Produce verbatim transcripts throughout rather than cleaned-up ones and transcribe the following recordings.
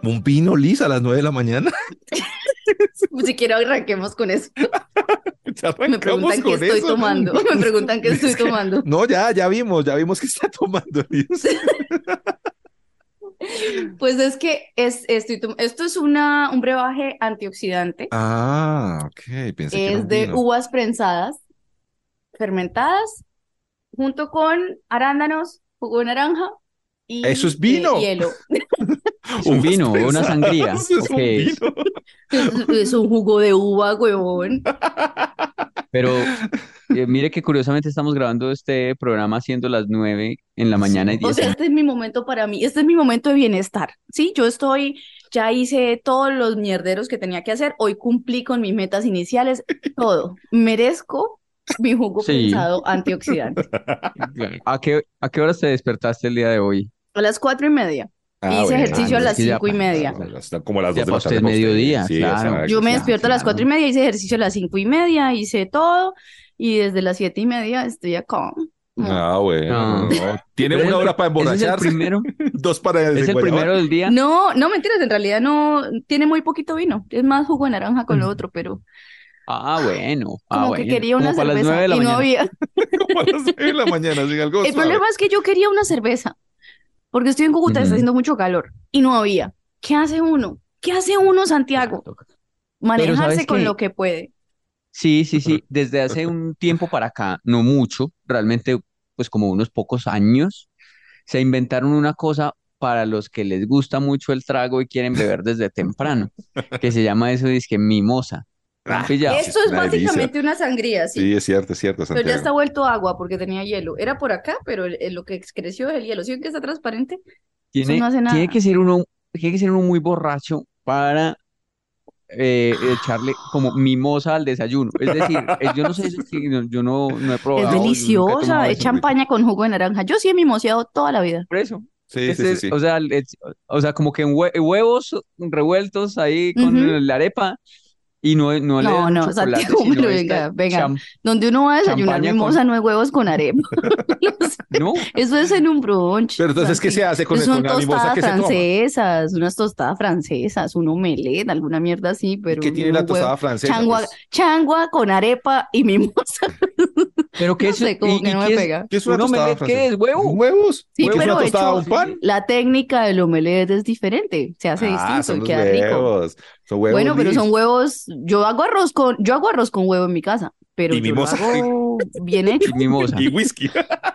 ¿Un vino lis a las nueve de la mañana? Si quiero arranquemos con eso. Ya Me arrancamos preguntan qué con estoy eso. tomando. Me preguntan qué estoy Es que- tomando. no, ya, ya vimos, ya vimos que está tomando Liz. Pues es que es, estoy tom- esto es una, un brebaje antioxidante. Ah, ok, pensé que era Es un de vino. uvas prensadas, fermentadas, junto con arándanos, jugo de naranja Eso es y eh, vino. hielo. Es un Uvas vino o una sangría, prensadas, es ¿o un qué es? vino. Es, es un jugo de uva, huevón. Pero eh, mire que curiosamente estamos grabando este programa siendo las nueve en la Sí. mañana y O sea, diecinueve. este es mi momento para mí, este es mi momento de bienestar. Sí, yo estoy, ya hice todos los mierderos que tenía que hacer, hoy cumplí con mis metas iniciales, todo. Merezco mi jugo Sí, prensado antioxidante. claro. ¿A qué, a qué horas te despertaste el día de hoy? A las cuatro y media. Ah, Hice Ah, ejercicio a no, bueno. es las que ya, cinco y pa- media. Claro, ya están como las dos ya de para la usted tarde es para usted. mediodía, Sí, claro. Yo exacto, me Ya, sí. despierto a las cuatro y claro. media, hice ejercicio a las cinco y media, hice todo y desde las siete y media estoy acá. Mm. Ah, bueno, no, Ah, no, no. Tiene pero es una el, hora pri- para ese es el emborracharse, primero, dos para es el desenguayabar. primero del día. No, no mentiras, en realidad no, tiene muy poquito vino, es más jugo de naranja con lo Mm. otro, pero Ah, bueno, ah, como que bueno. quería una Como para las nueve cerveza de la y no mañana. había. Como a las nueve de la mañana, sin algo El suave. problema es que yo quería una cerveza, porque estoy en Cúcuta, está Ujú. haciendo mucho calor y no había. ¿Qué hace uno? ¿Qué hace uno, Claro, Santiago? toca. Pero Manejarse ¿sabes con qué? lo que puede. Sí, sí, sí. Desde hace un tiempo para acá, no mucho, realmente, pues como unos pocos años, se inventaron una cosa para los que les gusta mucho el trago y quieren beber desde temprano, que se llama eso, dizque mimosa. ¿Lo han Ah, pillado? sí, Esto es es una delicia. básicamente una sangría, sí. Sí, es cierto, es cierto, Pero ya está Santiago. vuelto agua porque tenía hielo. Era por acá, pero el- el- lo que creció es el hielo. ¿Sí ven que está transparente? Eso no Tiene, hace tiene nada. que ser uno, tiene que ser uno muy borracho para eh, echarle como mimosa al desayuno. Es decir, eh, yo no sé, Sí, eso que no- yo no, no he Es probado, yo nunca he deliciosa. tomado Es eso. muy rico. champaña con jugo de naranja. Yo sí he mimoseado toda la vida. Por eso. Sí, sí, sí, Ese, sí. o sea, el- o sea, como que en hue- huevos revueltos ahí Ujú. con la arepa y no, no le No, dan un no, chocolate, Santiago, pero sino esta venga, venga. cham- Donde uno va a desayunar champaña con... mimosa no es huevos con arepa. No sé. No, Eso es en un brunch, Pero entonces, ¿qué se Santi. hace con, Eso con son la mimosa tostadas que se toma? francesas, unas tostadas francesas, un omelette, alguna mierda así, ¿Y pero qué tiene unos la huevos. tostada francesa? Changua, Pues, changua con arepa y mimosa. pero ¿qué No es? sé, como que ¿Y, y no me qué es? pega. ¿qué es una ¿Un tostada omelette qué francesa? es? ¿Son ¿Huevo? huevos? ¿Y Sí, qué es una pero tostada? hecho, ¿Un pan? Sí. la técnica del omelette es diferente, se hace Ah, distinto son y los queda rico. huevos. Son huevos, Bueno, pero son Liz. huevos, yo hago arroz con, yo hago arroz con huevo en mi casa, pero Y yo lo mimosa. hago bien hecho. Y mimosa, Y whisky.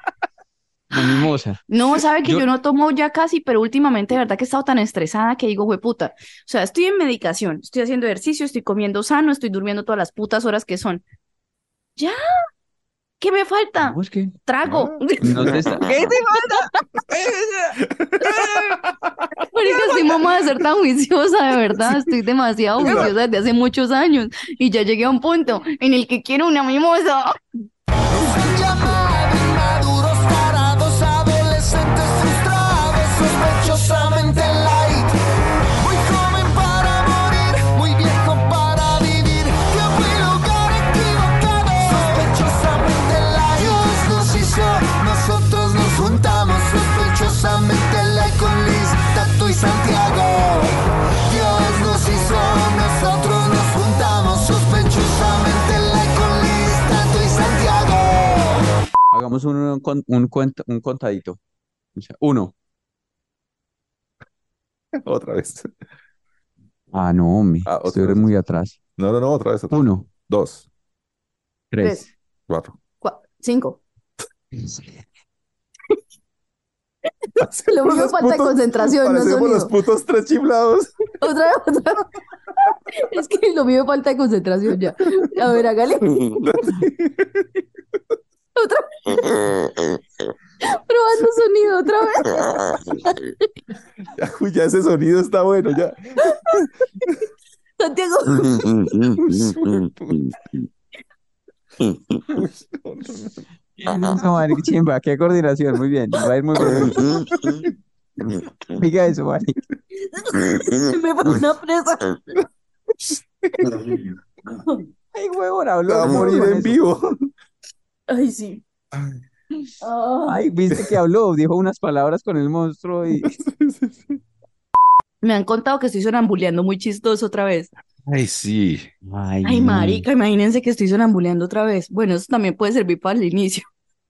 la mimosa. No, sabe que Yo, yo no tomo ya casi, pero últimamente de verdad que he estado tan estresada que digo, puta. O sea, estoy en medicación, estoy haciendo ejercicio, estoy comiendo sano, estoy durmiendo todas las putas horas que son. Ya, ¿qué me falta? no, es que Trago. Ah. no te está... ¿Qué te Marica, estoy mamá de ser tan juiciosa, de verdad, estoy demasiado Está- juiciosa desde hace muchos años y ya llegué a un punto en el que quiero una mimosa. Llamada inmaduros, tarados, adolescentes frustrados, sospechosamente light. Muy joven para morir, muy viejo para vivir. Tiempo y lugar equivocado, sospechosamente light. Dios nos hizo, nosotros nos juntamos, sospechosamente light con Liz, Tato y Santiago. Dios nos hizo, nosotros nos juntamos, sospechosamente light con Liz, Tato y Santiago. Hagamos un, con- un, cuent- un contadito. O sea, uno. Otra vez. Ah, no, hombre. Ah, otra Estoy re vez. muy atrás. No, no, no, otra vez, otra vez. Uno, Dos, Tres, tres. cuatro. cuatro, cinco. Lo Hacemos mío los falta de putos- concentración, no Parecemos los sonido. putos tres chiflados. Otra vez, otra vez. Es que lo mío falta de concentración ya. A ver, hágale. Otra vez. Probando sonido, otra vez. Ya, uy, ya ese sonido está bueno, ya. Santiago. Uy, no, no, no. Eso, Mari, qué chimba, qué coordinación, muy bien, va a ir muy bien. Diga eso, Mari. Me pone una presa. Ay, huevón, Se habló va a duro morir con en eso. vivo. Ay, sí. Ay, Ah. Ay, viste que habló, dijo unas palabras con el monstruo y sí, sí, sí. Me han contado que estoy sonambuleando muy chistoso otra vez. Ay, sí. Ay, Ay, no. marica, imagínense que estoy sonambuleando otra vez. Bueno, eso también puede servir para el inicio.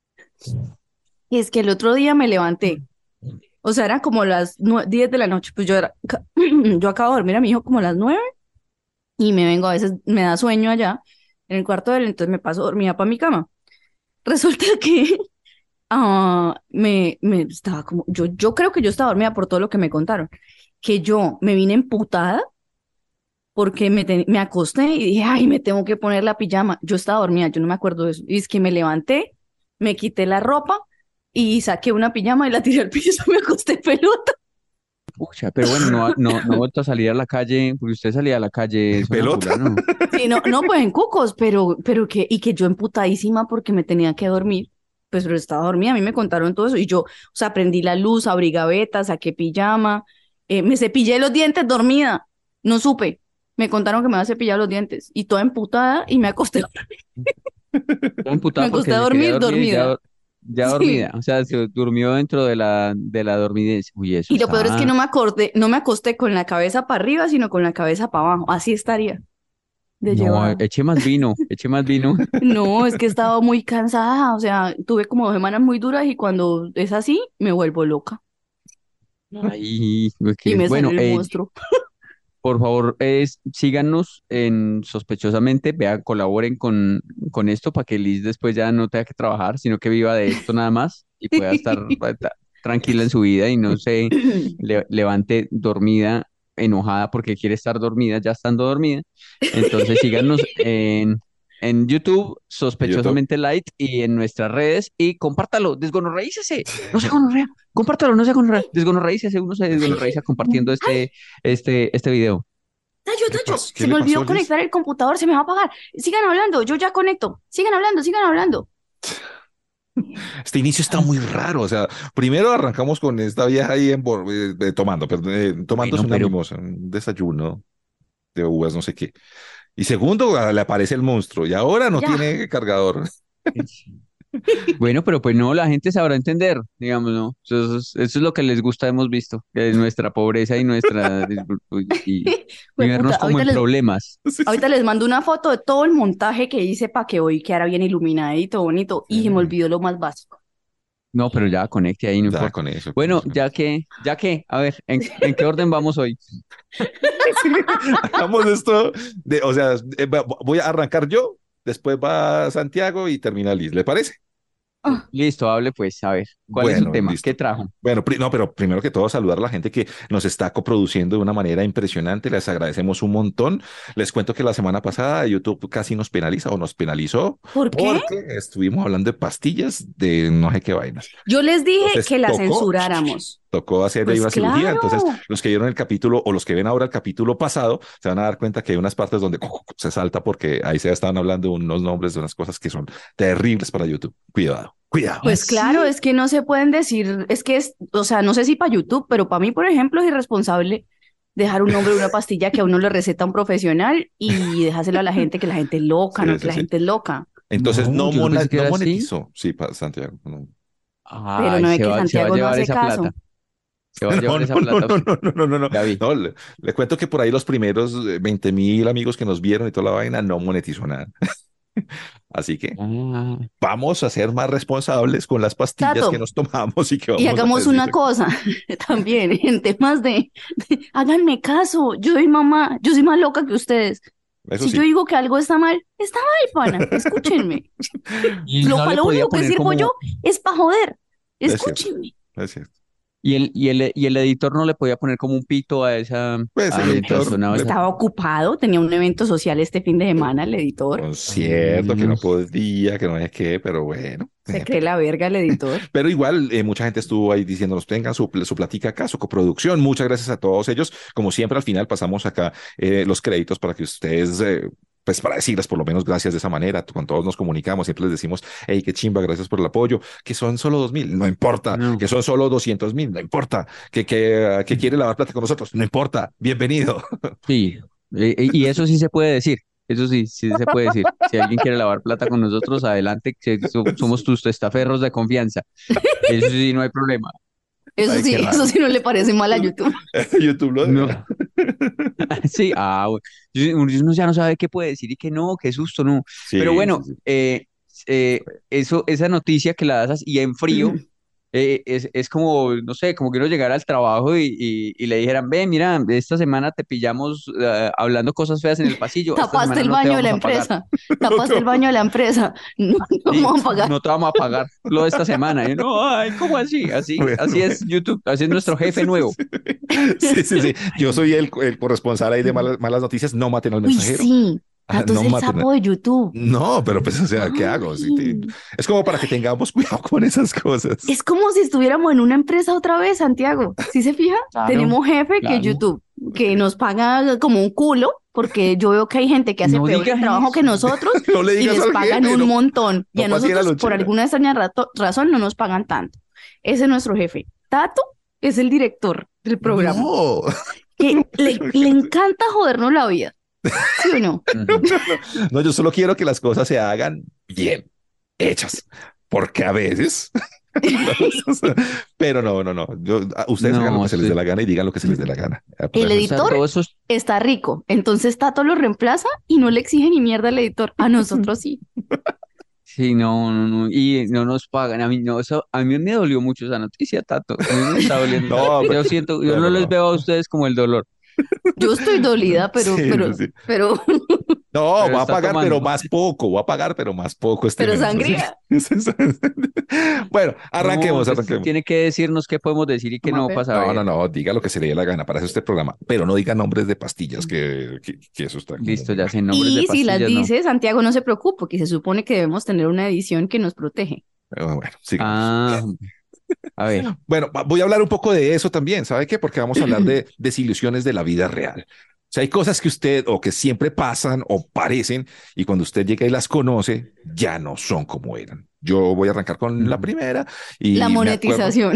Y es que el otro día me levanté. O sea, eran como las nue- diez de la noche. Pues yo era, ca- yo acabo de dormir a mi hijo como a las nueve y me vengo, a veces me da sueño allá en el cuarto de él, entonces me paso dormida para mi cama. Resulta que ah, me, me estaba como, yo, yo creo que yo estaba dormida por todo lo que me contaron, que yo me vine emputada porque me, te- me acosté y dije, ay, me tengo que poner la pijama. Yo estaba dormida, yo no me acuerdo de eso. Y es que me levanté, me quité la ropa y saqué una pijama y la tiré al piso y me acosté pelota. Pucha, pero bueno, no, ha- no, no he vuelto a salir a la calle, porque usted salía a la calle ¿Pelota? sonámbula, ¿no? Sí, no, no, pues en cucos, pero, pero que, y que yo emputadísima porque me tenía que dormir, pues pero estaba dormida, a mí me contaron todo eso, y yo, o sea, prendí la luz, abrí gavetas, saqué pijama, eh, me cepillé los dientes dormida, no supe, me contaron que me había cepillado los dientes, y toda emputada, y me acosté, Estaba me emputada acosté porque a se quería dormir dormir y ya, dormida, dor- ya dormida, sí, o sea, se durmió dentro de la, de la dormidez. Uy, eso y lo peor es que está... no me acordé, no me acosté con la cabeza para arriba, sino con la cabeza para abajo, así estaría, de No, llevada. eche más vino, eche más vino. No, es que he estado muy cansada, o sea, tuve como dos semanas muy duras y cuando es así, me vuelvo loca Ay, pues y que- me sale bueno, el eh, monstruo. por favor, es, síganos en Sospechosamente, vean, colaboren con, con esto para que Liz después ya no tenga que trabajar, sino que viva de esto nada más y pueda estar eh, ta- tranquila en su vida y no se le- levante dormida, enojada porque quiere estar dormida, ya estando dormida. Entonces síganos en, en YouTube, ¿En YouTube? Sospechosamente Light, y en nuestras redes y compártalo, desgonorreícese, no se gonorrea, compártalo, no se gonorrea, desgonorreícese, uno se desgonorreiza compartiendo Ay, este, este, este video. Tayo, ¿Qué le Tayo, pasó? ¿Qué se le me pasó, olvidó Liz? conectar el computador, se me va a apagar. Sigan hablando, yo ya conecto. Sigan hablando, sigan hablando. Este inicio está muy raro. O sea, primero arrancamos con esta vieja ahí en, bor- eh, eh, tomando, perdón, eh, tomándose Bueno, una pero mimosa, un desayuno de uvas, no sé qué. Y segundo, ah, le aparece el monstruo y ahora no Ya. tiene cargador. bueno, pero pues no, la gente sabrá entender, digamos, ¿no? Eso es, eso es lo que les gusta, hemos visto, que nuestra pobreza y nuestra y, y Pues puta, vernos como ahorita en les, problemas. Sí, sí. ahorita les mando una foto de todo el montaje que hice para que hoy quedara bien iluminadito, bonito. Y se me Sí. olvidó lo más básico. No, pero ya conecte ahí, no Ya importa. con eso, con Bueno, eso. ya que, ya que, a ver, ¿en, en qué orden vamos hoy? Sí, hagamos esto de, o sea, eh, va- voy a arrancar yo, después va Santiago y termina Liz, ¿le parece? Ah, Listo, hable pues, a ver, ¿cuál es su Bueno, tema? ¿Qué listo. trajo? Bueno, pri- no, pero primero que todo saludar a la gente que nos está coproduciendo de una manera impresionante. Les agradecemos un montón. Les cuento que la semana pasada YouTube casi nos penaliza o nos penalizó ¿por qué? porque estuvimos hablando de pastillas de no sé qué vainas. Yo les dije Entonces que la tocó, censuráramos. tocó hacer ahí Pues una cirugía. Entonces, claro. los que vieron el capítulo o los que ven ahora el capítulo pasado se van a dar cuenta que hay unas partes donde se salta porque ahí se estaban hablando de unos nombres de unas cosas que son terribles para YouTube. Cuidado, cuidado. ¿Ah, Pues claro, sí? es que no se pueden decir, es que es, o sea, no sé si para YouTube, pero para mí, por ejemplo, es irresponsable dejar un nombre de una pastilla que a uno le receta un profesional y dejárselo a la gente que la gente es loca, Sí, no que sí, la sí. gente es loca. Entonces No, no, yo no mona- pensé que no era así. monetizó. Sí, pa- Santiago. No. Pero Ay, no es se que va, se va a Santiago no llevar hace esa caso. plata. Se va a No, llevar no, esa no, plata no, usted. no, no, no, no, no. Ya vi. No, le, le cuento que por ahí los primeros veinte mil amigos que nos vieron y toda la vaina no monetizó nada. Así que Ah, vamos a ser más responsables con las pastillas que Tato, nos tomamos y que y vamos a hagamos una decirle. cosa también, en temas de, de- háganme caso, yo soy mamá, yo soy más loca que ustedes. Eso Si yo sí, digo que algo está mal, está mal, pana, escúchenme. y Lo, no pa- le lo podía único que poner sirvo yo como, es para joder, es cierto, escúchenme. es cierto. y el, y el, y el editor no le podía poner como un pito a esa, Pues a el mientras editor, sonaba le- esa. Estaba ocupado, tenía un evento social este fin de semana, el editor. pues, cierto que Ah, no podía, que no es qué, pero bueno. Se eh, cree la verga el editor. Pero igual, eh, mucha gente estuvo ahí diciéndonos, tengan su, pl- su platica acá, su coproducción. Muchas gracias a todos ellos. Como siempre, al final pasamos acá eh, los créditos para que ustedes, eh, pues para decirles por lo menos gracias de esa manera. Con todos nos comunicamos, siempre les decimos, hey, qué chimba, gracias por el apoyo. Que son solo dos mil, no importa. no. Que son solo doscientos mil, no importa. Que, que, que quiere lavar plata con nosotros, no importa. Bienvenido. Sí, eh, eh, y eso sí se puede decir. Eso sí, sí se puede decir. Si alguien quiere lavar plata con nosotros, adelante, que so- somos tus testaferros de confianza. Eso sí, no hay problema. Eso Ay, sí, qué eso raro. sí no le parece mal a YouTube. YouTube lo No. deja. Sí, ah, bueno. Yo- Uno ya no sabe qué puede decir y qué no, qué susto, no. Pero Sí, sí, bueno, sí. eh, eh, eso, esa noticia que la das así- y en frío, eh, es, es como, no sé, como que uno llegara al trabajo y, y- y le dijeran, ve, mira, esta semana te pillamos eh, hablando cosas feas en el pasillo, esta Tapaste semana el no te baño de la vamos a pagar. empresa. No te Tapaste el baño de la empresa. No, no Sí, vamos a pagar. no te vamos a pagar lo de esta semana. Y no, ay, ¿cómo así? Así, Bueno, así bueno. es YouTube, así es nuestro Sí, jefe sí, nuevo. sí. Sí, sí, sí. Yo soy el, el corresponsal ahí de malas, malas noticias. No maten al Uy, mensajero. sí. Ah, Tato es no el maten. a- sapo de YouTube. No, pero pues, o sea, ¿qué hago? Sí, te- Ay. Es como para que tengamos cuidado con esas cosas. Es como si estuviéramos en una empresa otra vez, Santiago. ¿Sí se fija? Claro, Tenemos jefe que es claro. YouTube, que nos paga como un culo, porque yo veo que hay gente que hace No peor el digas trabajo que eso. nosotros No le y digas les al pagan jefe, un no, montón. Y no a pase la nosotros, por lonchera. alguna extraña rato- razón, no nos pagan tanto. Ese es nuestro jefe. Tato es el director del programa, No. que le, le encanta jodernos la vida. ¿Sí o no? Ujú. No, yo solo quiero que las cosas se hagan bien, hechas, porque a veces, pero no, no, no, yo, a- ustedes hagan lo No, que se les dé sí. la gana y digan lo que se les dé la gana. El O sea, editor todo eso es- está rico, entonces Tato lo reemplaza y no le exige ni mierda al editor. A nosotros sí. sí, no, no, no, y no nos pagan. A mí no, eso, a mí me dolió mucho esa noticia, Tato. A mí me está doliendo. No, Yo pero- siento, yo no, no no, les no. veo a ustedes como el dolor. Yo estoy dolida, pero, Sí, pero, sí, sí. pero, No, Pero va a está pagar, pero tomando. más poco, va a pagar, pero más poco este pero mes. así sangría. que- Bueno, arranquemos, No, pues, arranquemos. tiene que decirnos qué podemos decir y qué Vamos a no ver. para No, no, saber. no, diga lo que se le dé la gana para hacer este programa, pero no diga nombres de pastillas, que, que, que eso está como Listo, muy ya mal. sin nombres de Y si las pastillas, no. dice, Santiago no se preocupe, porque se supone que debemos tener una edición que nos protege. Pero bueno, sigamos. Ah, a ver. Bueno, va- voy a hablar un poco de eso también, ¿sabe qué? Porque vamos a hablar de desilusiones de la vida real. O sea, hay cosas que usted o que siempre pasan o parecen y cuando usted llega y las conoce, ya no son como eran. Yo voy a arrancar con la Ujú. primera y La me acuerdo- monetización.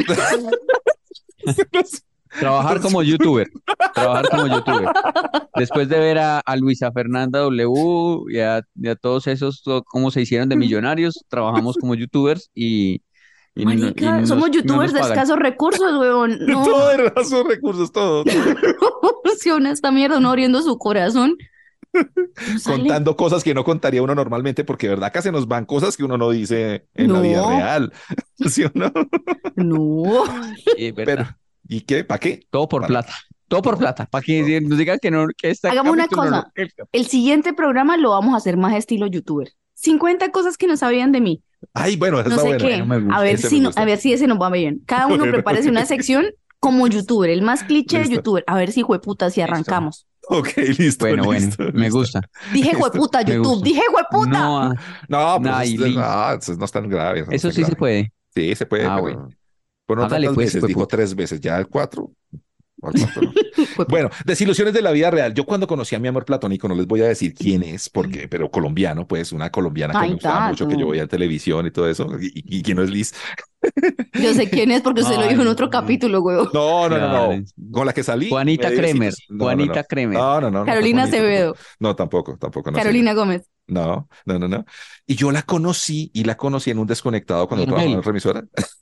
Trabajar como youtuber. Trabajar como youtuber. Después de ver a, a Luisa Fernanda W y a, y a todos esos, to- cómo se hicieron de millonarios, trabajamos como youtubers y, y, no- y Marica, nos- somos no youtubers nos de pagan. escasos recursos, weón. No, Todo de esos recursos, todo, todo. funciona esta mierda, uno abriendo su corazón. No sale. Contando cosas que no contaría uno normalmente, porque de verdad acá se nos van cosas que uno no dice en la vida No. real. ¿Sí o no? No. Sí, es Pero, verdad. ¿y qué? ¿Para qué? Todo por Para- plata. Todo por plata. Para que nos digan que no, que este Hagamos una capítulo no- cosa. El siguiente programa lo vamos a hacer más estilo youtuber. cincuenta cosas que no sabían de mí. Ay, bueno, esa No está sé buena. qué. bueno, me gusta. A ver Ese si me no- gusta. a ver si ese nos va bien. Cada uno Bueno. prepárese una sección como youtuber, el más cliché de Listo. youtuber. A ver si jueputa, si Listo. arrancamos. Ok, listo, Bueno, bueno, listo, me listo. gusta. Dije Listo. jueputa Me YouTube, gusta. dije jueputa. No, ah, No, pero Ay, eso, es- listo. no, eso no es tan grave. no es eso tan sí se grave. puede. Sí, se puede, Ah, pero, bueno. pero no Hágale, tantas pues, veces. hijo de Dijo puta. tres veces, ya el cuatro. al cuarto no. Jueputa. Bueno, desilusiones de la vida real. Yo cuando conocí a mi amor platónico, no les voy a decir quién es, porque, pero colombiano, pues, una colombiana que Ay, me gustaba mucho, que Tato. yo veía en televisión y todo eso. ¿Y, y, y quién no es Liz? Yo sé quién es porque usted lo dijo en Ay, otro no. capítulo, huevón. No, no, no, Claro. no. Con la que salí. Juanita me dio Kremer. besitos. No, no, Juanita no. Kremer. No, no, no, no. Carolina Juanita, Acevedo. tampoco. No, tampoco, tampoco. No, Carolina señor. Gómez. No, no, no, no. Y yo la conocí y la conocí en un desconectado cuando trabajaba en la remisora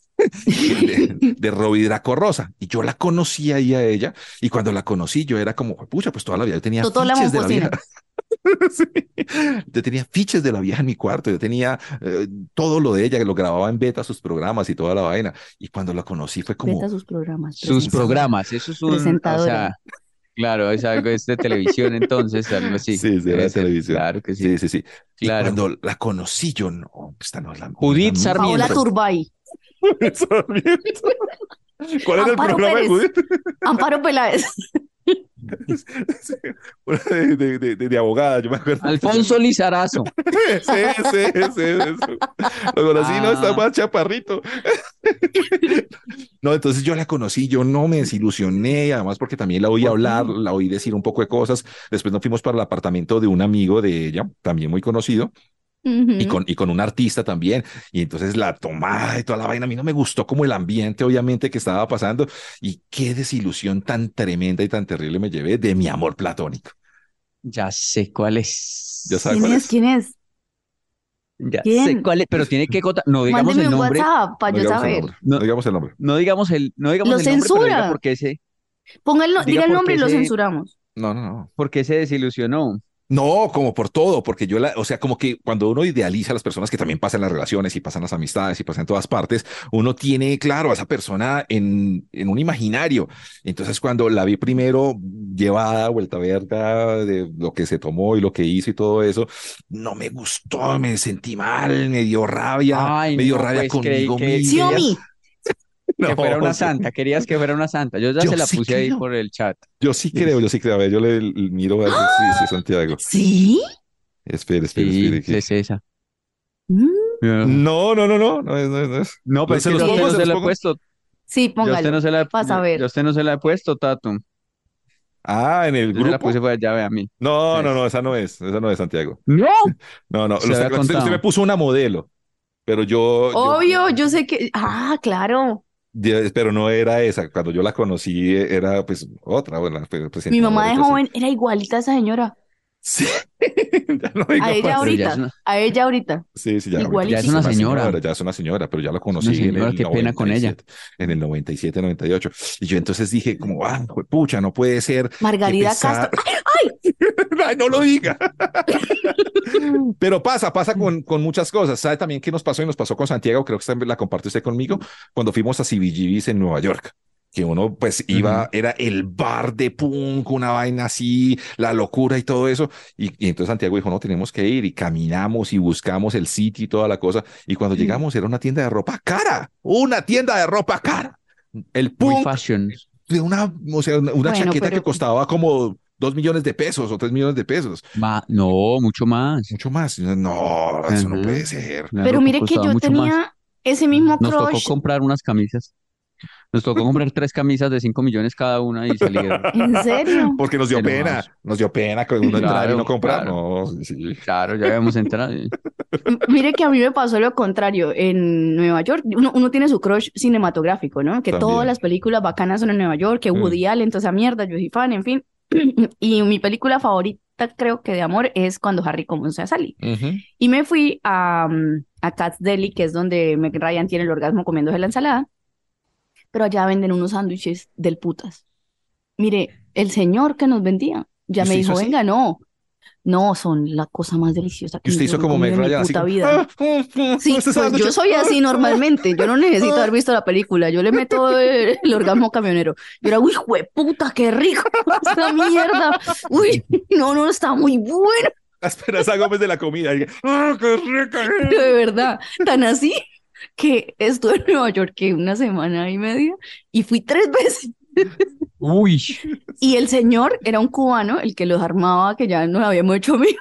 de, de Roby Draco Rosa. Y yo la conocí ahí a ella. Y cuando la conocí, yo era como, pucha, pues toda la vida yo tenía Totó la fiches de la momposina. vieja. Sí. Yo tenía fiches de la vieja en mi cuarto. Yo tenía eh, todo lo de ella, que lo grababa en beta, sus programas y toda la vaina. Y cuando la conocí fue como, Vete a sus programas. Sus presentadora. programas. Eso es un. O Presentadora. sea, claro, es algo es de televisión, entonces, algo así. sí, sí, Debe era de ser. televisión. Claro que sí. Sí, sí, sí. Y Claro. cuando la conocí, yo no, esta no es la Judith no es la Sarmiento. Paola Turbay. Sarmiento. ¿Cuál era el Amparo programa de Pérez. Judith? Amparo Peláez. Sí, una de, de, de, de- de abogada, yo me acuerdo. Alfonso Lizarazo. Sí, sí, sí, eso. Lo conocí, no, está Ah. más chaparrito. No, entonces yo la conocí, yo no me desilusioné, además porque también la oí ¿Por hablar, qué? la oí decir un poco de cosas. Después nos fuimos para el apartamento de un amigo de ella, también muy conocido, y con, y con un artista también. Y entonces la tomada y toda la vaina, a mí no me gustó como el ambiente, obviamente, que estaba pasando. Y qué desilusión tan tremenda y tan terrible me llevé de mi amor platónico. Ya sé cuál es. ¿Ya sabe ¿Quién cuál es? es? ¿Quién es? Ya sé ¿Quién? cuál es, pero tiene que contar. No digamos Mándeme el un nombre. WhatsApp para No yo digamos el saber. nombre. No, No digamos el nombre. no digamos el, no digamos Lo el nombre, pero diga censura. por qué se, Ponga el no- diga diga el por nombre qué y lo se, censuramos. No, no, no. por qué se desilusionó. No, como por todo, porque yo la, o sea, como que cuando uno idealiza a las personas que también pasan las relaciones y pasan las amistades y pasan en todas partes, uno tiene, claro, a esa persona en, en un imaginario. Entonces, cuando la vi primero llevada, vuelta verga de lo que se tomó y lo que hizo y todo eso, no me gustó, me sentí mal, me dio rabia, Ay, me dio no, rabia pues creí conmigo que mismo. querías Xiaomi. que fuera No, una sí. santa, querías que fuera una santa. Yo ya Yo se la sí puse ahí creo, por el chat. yo sí creo, yo sí creo. A ver, yo le, le miro a ver si, si es Santiago. ¿Sí? Espere, espere, Sí, espere. sí Que... es esa. Mm, Ah. No, no, no, no, no es, no es, no es. No, pero Lo- es ¿Se que los yo a usted pongo? no ¿Se se los la he pongo? puesto. Sí, Yo a usted no póngalo. se la, he- Para yo, yo a saber. usted no se la he puesto, Tato. Ah, en el Yo se la puse grupo. por allá, ve a mí. No, no, no, Es- esa no es, esa no es Santiago. No, No, no, se usted, había usted- usted me contado. puso una modelo, pero yo, yo, Obvio, yo sé que. Ah, claro. yo- pero no era esa. Cuando yo la conocí era pues otra, bueno, pues, Mi mamá presentadora y de todo así. joven era igualita a esa señora. Sí, ya no A digo ella más. Pero ya es ahorita. una, A ella ahorita. Sí, sí, ya ahorita ya ya es es una Igualitica. una señora. señora, ya es una señora, pero ya la Es una conocí en señora, el qué pena con ella. noventa y siete, en el noventa y siete, noventa y ocho. Y yo entonces dije como, ah, pucha, no puede ser, qué Margarida Castro. pesar. Ay, no lo diga. Pero pasa, pasa con, con muchas cosas. ¿Sabe también qué nos pasó? Y nos pasó con Santiago, creo que también la comparte usted conmigo, cuando fuimos a C B G B's en Nueva York. Que uno pues iba, Ujú. era el bar de punk, una vaina así, la locura y todo eso. Y, y entonces Santiago dijo, no, tenemos que ir y caminamos y buscamos el sitio y toda la cosa. Y cuando llegamos era una tienda de ropa cara, una tienda de ropa cara. El Muy punk fashion. de una, o sea, una, una Bueno, chaqueta que pero. costaba como dos millones de pesos o tres millones de pesos. Ma- no, mucho más. Mucho más. No, eso no Ajá. puede ser. La Pero ropa mire que costaba yo mucho más. tenía ese mismo Nos tocó crush. comprar unas camisas. Nos tocó comprar tres camisas de cinco millones cada una y salieron ¿En serio? Porque nos dio enojados. pena, nos dio pena que uno entrar y no Claro, comprar. claro, No, sí, sí. claro, ya habíamos entrado. y- M- Mire que a mí me pasó lo contrario. En Nueva York, uno, uno tiene su crush cinematográfico, ¿no? Que todas También. las películas bacanas son en Nueva York, que Mm. Woody Allen, toda esa mierda, yo soy fan, en fin. Y mi película favorita, creo que de amor, es cuando Harry conoce a Sally. Ujú. Y me fui a, mm, a Cat's Deli, que es donde Meg Ryan tiene el orgasmo comiéndose la ensalada, pero allá venden unos sándwiches del putas. Mire, el señor que nos vendía ya ¿Y me usted hizo dijo, así? venga, no, no, son la cosa más deliciosa Y que usted yo hizo he como comido Meg en mi Ryan, así puta como, vida. "Ah, ah, ah, Sí, este pues yo sándwich, soy ah, así ah". normalmente. Yo no necesito haber visto la película. Yo le meto el, el orgasmo camionero. Yo era, uy, puta, qué rico esta mierda. Uy, no, no, está muy bueno. La Esperanza Gómez de la comida. Y, "Ah, qué rica Pero es". de verdad, tan así que estuve en Nueva York que una semana y media y fui tres veces. Uy, Y el señor era un cubano, el que los armaba, que ya nos habíamos hecho amigos.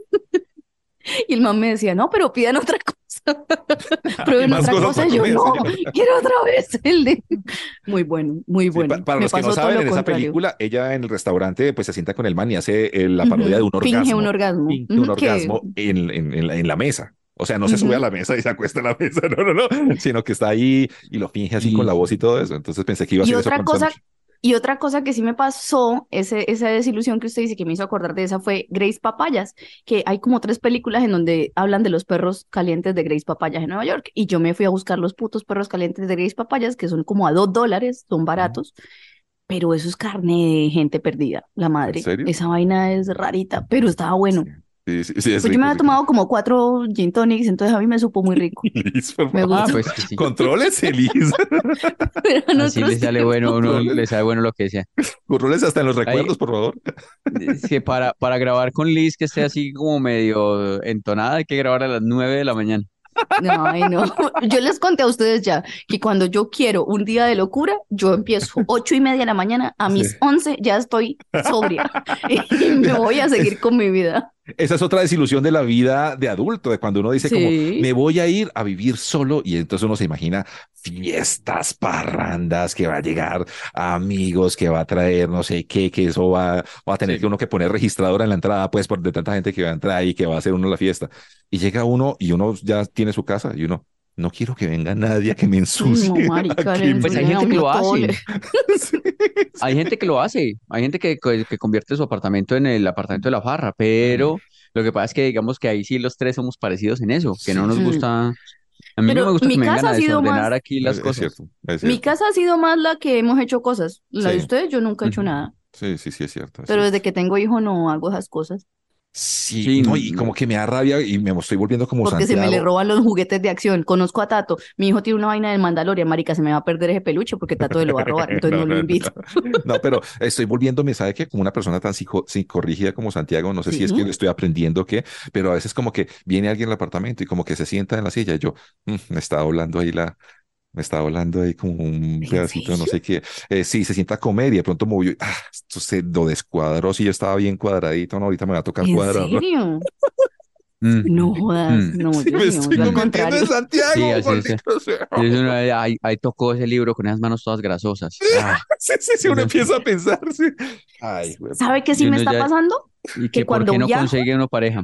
Y el man me decía, no, pero pidan otra cosa. Y Prueben más otra cosas cosa. para Y yo, comer, no, señor. quiero otra vez el de... Muy bueno, muy Sí, bueno. pa- para Me los que no pasó todo saben, lo en esa contrario. película, ella en el restaurante pues se sienta con el man y hace eh, la parodia de Ujú. un Finge un orgasmo. orgasmo. Finge un Ujú, que... orgasmo en, en, en la, en la mesa. O sea, no se sube a ujú. la mesa y se acuesta en la mesa, no, no, no, sino que está ahí y lo finge así con la y voz y todo eso. Entonces pensé que iba a Y hacer eso otra con el cosa, sándwich. y otra cosa que sí me pasó, ese, esa desilusión que usted dice que me hizo acordar de esa fue Grace Papayas, que hay como tres películas en donde hablan de los perros calientes de Grace Papayas en Nueva York. Y yo me fui a buscar los putos perros calientes de Grace Papayas, que son como a dos dólares, son baratos, pero eso es carne de gente perdida, la ¿En madre. serio? Esa vaina es rarita, pero estaba bueno. Sí, sí, sí, es Pues yo me rico, había sí. tomado como cuatro gin tonics, entonces a mí me supo muy rico. Liz, por Me favor. ah, gustó. pues que sí. Contrólese, Liz. Pero a Así nosotros le sale sí. bueno, uno Controle. le sale bueno lo que sea. Contrólese hasta en los Ahí, recuerdos, por favor. es que para, para grabar con Liz que esté así como medio entonada, hay que grabar a las nueve de la mañana. Ay, no. Yo les conté a ustedes ya que cuando yo quiero un día de locura, yo empiezo ocho y media de la mañana, a mis Sí. once ya estoy sobria y me voy a seguir con mi vida. Esa es otra desilusión de la vida de adulto, de cuando uno dice como, Sí. me voy a ir a vivir solo y entonces uno se imagina fiestas, parrandas, que va a llegar amigos, que va a traer no sé qué, que eso va, va a tener Sí. que uno que poner registradora en la entrada, pues por de tanta gente que va a entrar y que va a hacer uno la fiesta. Y llega uno y uno ya tiene su casa y uno, no quiero que venga nadie a que me No, ensucie marica, aquí le Pues hay enseñé a gente que uno lo todo. hace. le- Sí, Hay gente que lo hace. Hay gente que, que, que convierte su apartamento en el apartamento de la farra, pero Lo que pasa es que digamos que ahí sí los tres somos parecidos en eso, que no Sí, nos sí, Mm. gusta, a mí no me Pero gusta que mi me vengan casa a ha sido desordenar más, aquí es, las es cosas. cierto, es mi cierto. casa ha sido más la que hemos hecho cosas. La de Sí, ustedes, yo nunca he hecho Ujú. nada. sí, sí, sí, es cierto, es Pero cierto. desde que tengo hijo no hago esas cosas. Sí, Sí, no, y no, como que me da rabia y me estoy volviendo como Porque se me le Santiago. roban los juguetes de acción. Conozco a Tato. Mi hijo tiene una vaina del Mandalorian, marica, se me va a perder ese peluche porque Tato se lo va a robar. Entonces No, no lo no, no. invito. No, pero estoy volviéndome, ¿sabe qué? Como una persona tan psico- psicorrígida como Santiago, no sé si es que Sí. le estoy aprendiendo o qué, pero a veces como que viene alguien al apartamento y como que se sienta en la silla y yo, "Mm, me está hablando ahí la, me está hablando ahí como un ¿En pedacito de no serio? sé qué. Eh, sí, se sienta a comer y de pronto movió, ah, esto se lo descuadró, si yo estaba bien cuadradito, no, ahorita me va a tocar ¿En cuadrarlo. serio? Ujú. No jodas. Mm. No, Sí, yo me sí, no, estoy yo al convirtiendo en contrario. Sí, Santiago, así es. maldito sea. Y eso no, ahí, ahí tocó ese libro con esas manos todas grasosas. Ah, Sí, sí, sí, uno eso- empieza a pensar, sí. Ay, güey. ¿Sabe qué sí y me uno está ya, pasando? y Que que por cuando qué no viajo, consigue uno pareja.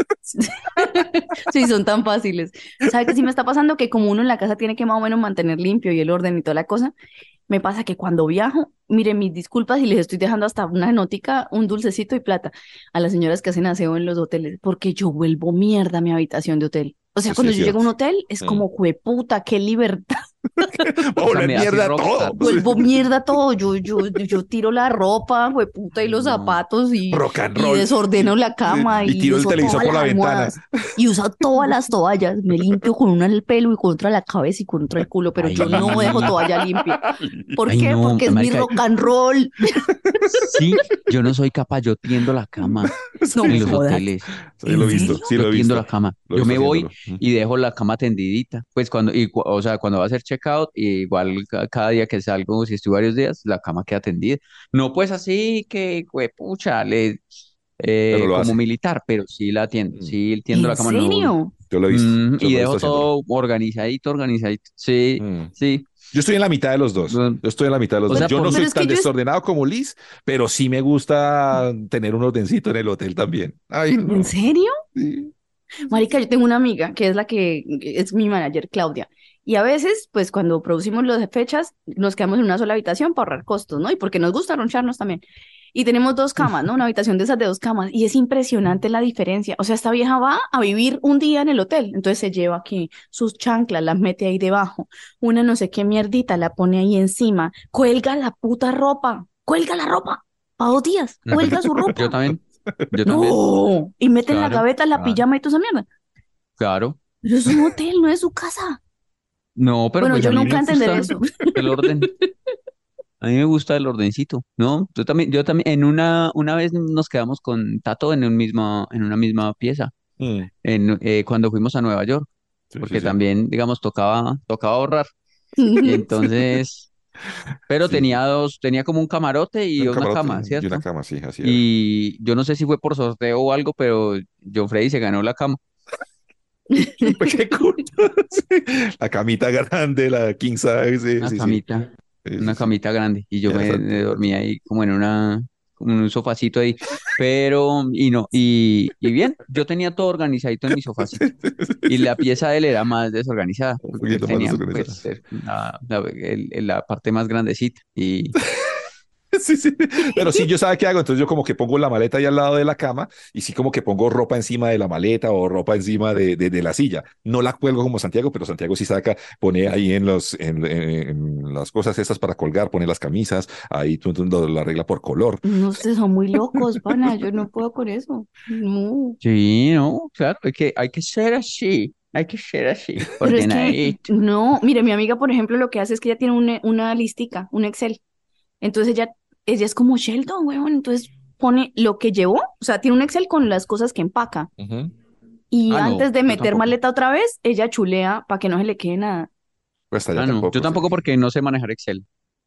sí, son tan fáciles. ¿Sabe qué sí me está pasando? Que como uno en la casa tiene que más o menos mantener limpio y el orden y toda la cosa, me pasa que cuando viajo, miren, mis disculpas y les estoy dejando hasta una notica, un dulcecito y plata a las señoras que hacen aseo en los hoteles, porque yo vuelvo mierda a mi habitación de hotel. O sea, Eso sí cuando es yo llego a cierto. un hotel, es Mm. como, jueputa, qué libertad. Va a O sea, volver me así mierda rockstar. todo. Vuelvo mierda todo. Yo, yo, yo tiro la ropa, hueputa, y los No. zapatos y, Rock and y roll. desordeno Y, la cama y y tiró el uso televisor todas por las la ventana. almohadas y uso todas las toallas. Me limpio con una el pelo y con otra la cabeza y con otra el culo, pero yo no dejo Ay, toalla limpia. ¿Por ay qué? no, Porque es mi marica, rock and roll. sí, yo no soy capaz, yo tiendo la cama No en me los jodas. hoteles. Sí, lo ¿En he visto, serio? sí Yo lo he tiendo visto. la cama. Lo he Yo visto me voy haciéndolo. Mm. y dejo la cama tendidita. Pues cuando, y, cu- o sea, cuando va a hacer checkout, y igual ca- cada día que salgo, si estoy varios días, la cama queda tendida. No pues así que, pucha, le, Pero eh, lo como hace. militar, pero sí la tiendo, Mm. sí tiendo la ¿En cama, no, serio? Yo lo he visto. mm, Yo y lo he visto dejo haciéndolo. todo organizadito, organizadito. Sí, Mm. sí. Yo estoy en la mitad de los dos. Mm, Yo estoy en la mitad de los O dos. sea, Pero, Yo no por, pero soy es que tan yo es... desordenado como Liz, pero sí me gusta tener un ordencito en el hotel también. Ay, ¿En no. serio? Sí. Sí, sí, Marica, sí. yo tengo una amiga que es la que es mi manager, Claudia. Y a veces, pues cuando producimos las fechas, nos quedamos en una sola habitación para ahorrar costos, ¿no? Y porque nos gusta roncharnos también. Y tenemos dos camas, ¿no? Una habitación de esas de dos camas. Y es impresionante la diferencia. O sea, esta vieja va a vivir un día en el hotel. Entonces se lleva aquí sus chanclas, las mete ahí debajo. Una no sé qué mierdita la pone ahí encima. Cuelga la puta ropa. Cuelga la ropa. Para dos días. Cuelga su yo ropa. también, yo también, No. Y mete en la claro, gaveta la claro, pijama y toda esa mierda. claro. Pero es un hotel, no es su casa. No, pero Bueno, pues yo a mí nunca me entenderé gusta eso. el orden. A mí me gusta el ordencito, ¿no? Yo también, yo también, en una, una vez nos quedamos con Tato en un mismo, en una misma pieza, Mm. en, eh, cuando fuimos a Nueva York, Sí, sí, porque sí. también, digamos, tocaba, tocaba ahorrar. Y entonces, pero Sí, tenía dos, tenía como un camarote y un una camarote cama, y una ¿cierto? cama, sí, así era. Y yo no sé si fue por sorteo o algo, pero John Freddy se ganó la cama, Qué cool. Sí. La camita grande, la king size, sí, una sí, sí. camita, Sí, sí, una sí. camita grande. Y yo me, me Exacto. dormía ahí como en una, como en un sofacito ahí. Pero, y no, y, y bien, yo tenía todo organizadito en mi sofacito. Y la pieza de él era más desorganizada, Un porque él poquito más tenía, desorganizada. pues, el- la, la, el- el- la parte más grandecita. Y Sí, sí. Pero sí, yo sabe qué hago. Entonces yo como que pongo la maleta ahí al lado de la cama y sí como que pongo ropa encima de la maleta o ropa encima de, de, de la silla. No la cuelgo como Santiago, pero Santiago sí saca, pone ahí en los en, en las cosas estas para colgar, pone las camisas, ahí tú, tú lo, lo arregla por color. No, ustedes son muy locos, pana. Yo no puedo con eso. No. sí, no, claro, hay que, hay que ser así, hay que ser así, Pero es que, ordenadito. no. Mire, mi amiga, por ejemplo, lo que hace es que ella tiene una, una listica, un Excel. Entonces ella, ella es como Sheldon, weón. Entonces pone lo que llevó. O sea, tiene un Excel con las cosas que empaca. Ujú. Y Ah, no, antes de yo meter tampoco. maleta otra vez, ella chulea para que no se le quede nada. Pues hasta allá Ah, no, yo tampoco, sí. tampoco porque no sé manejar Excel.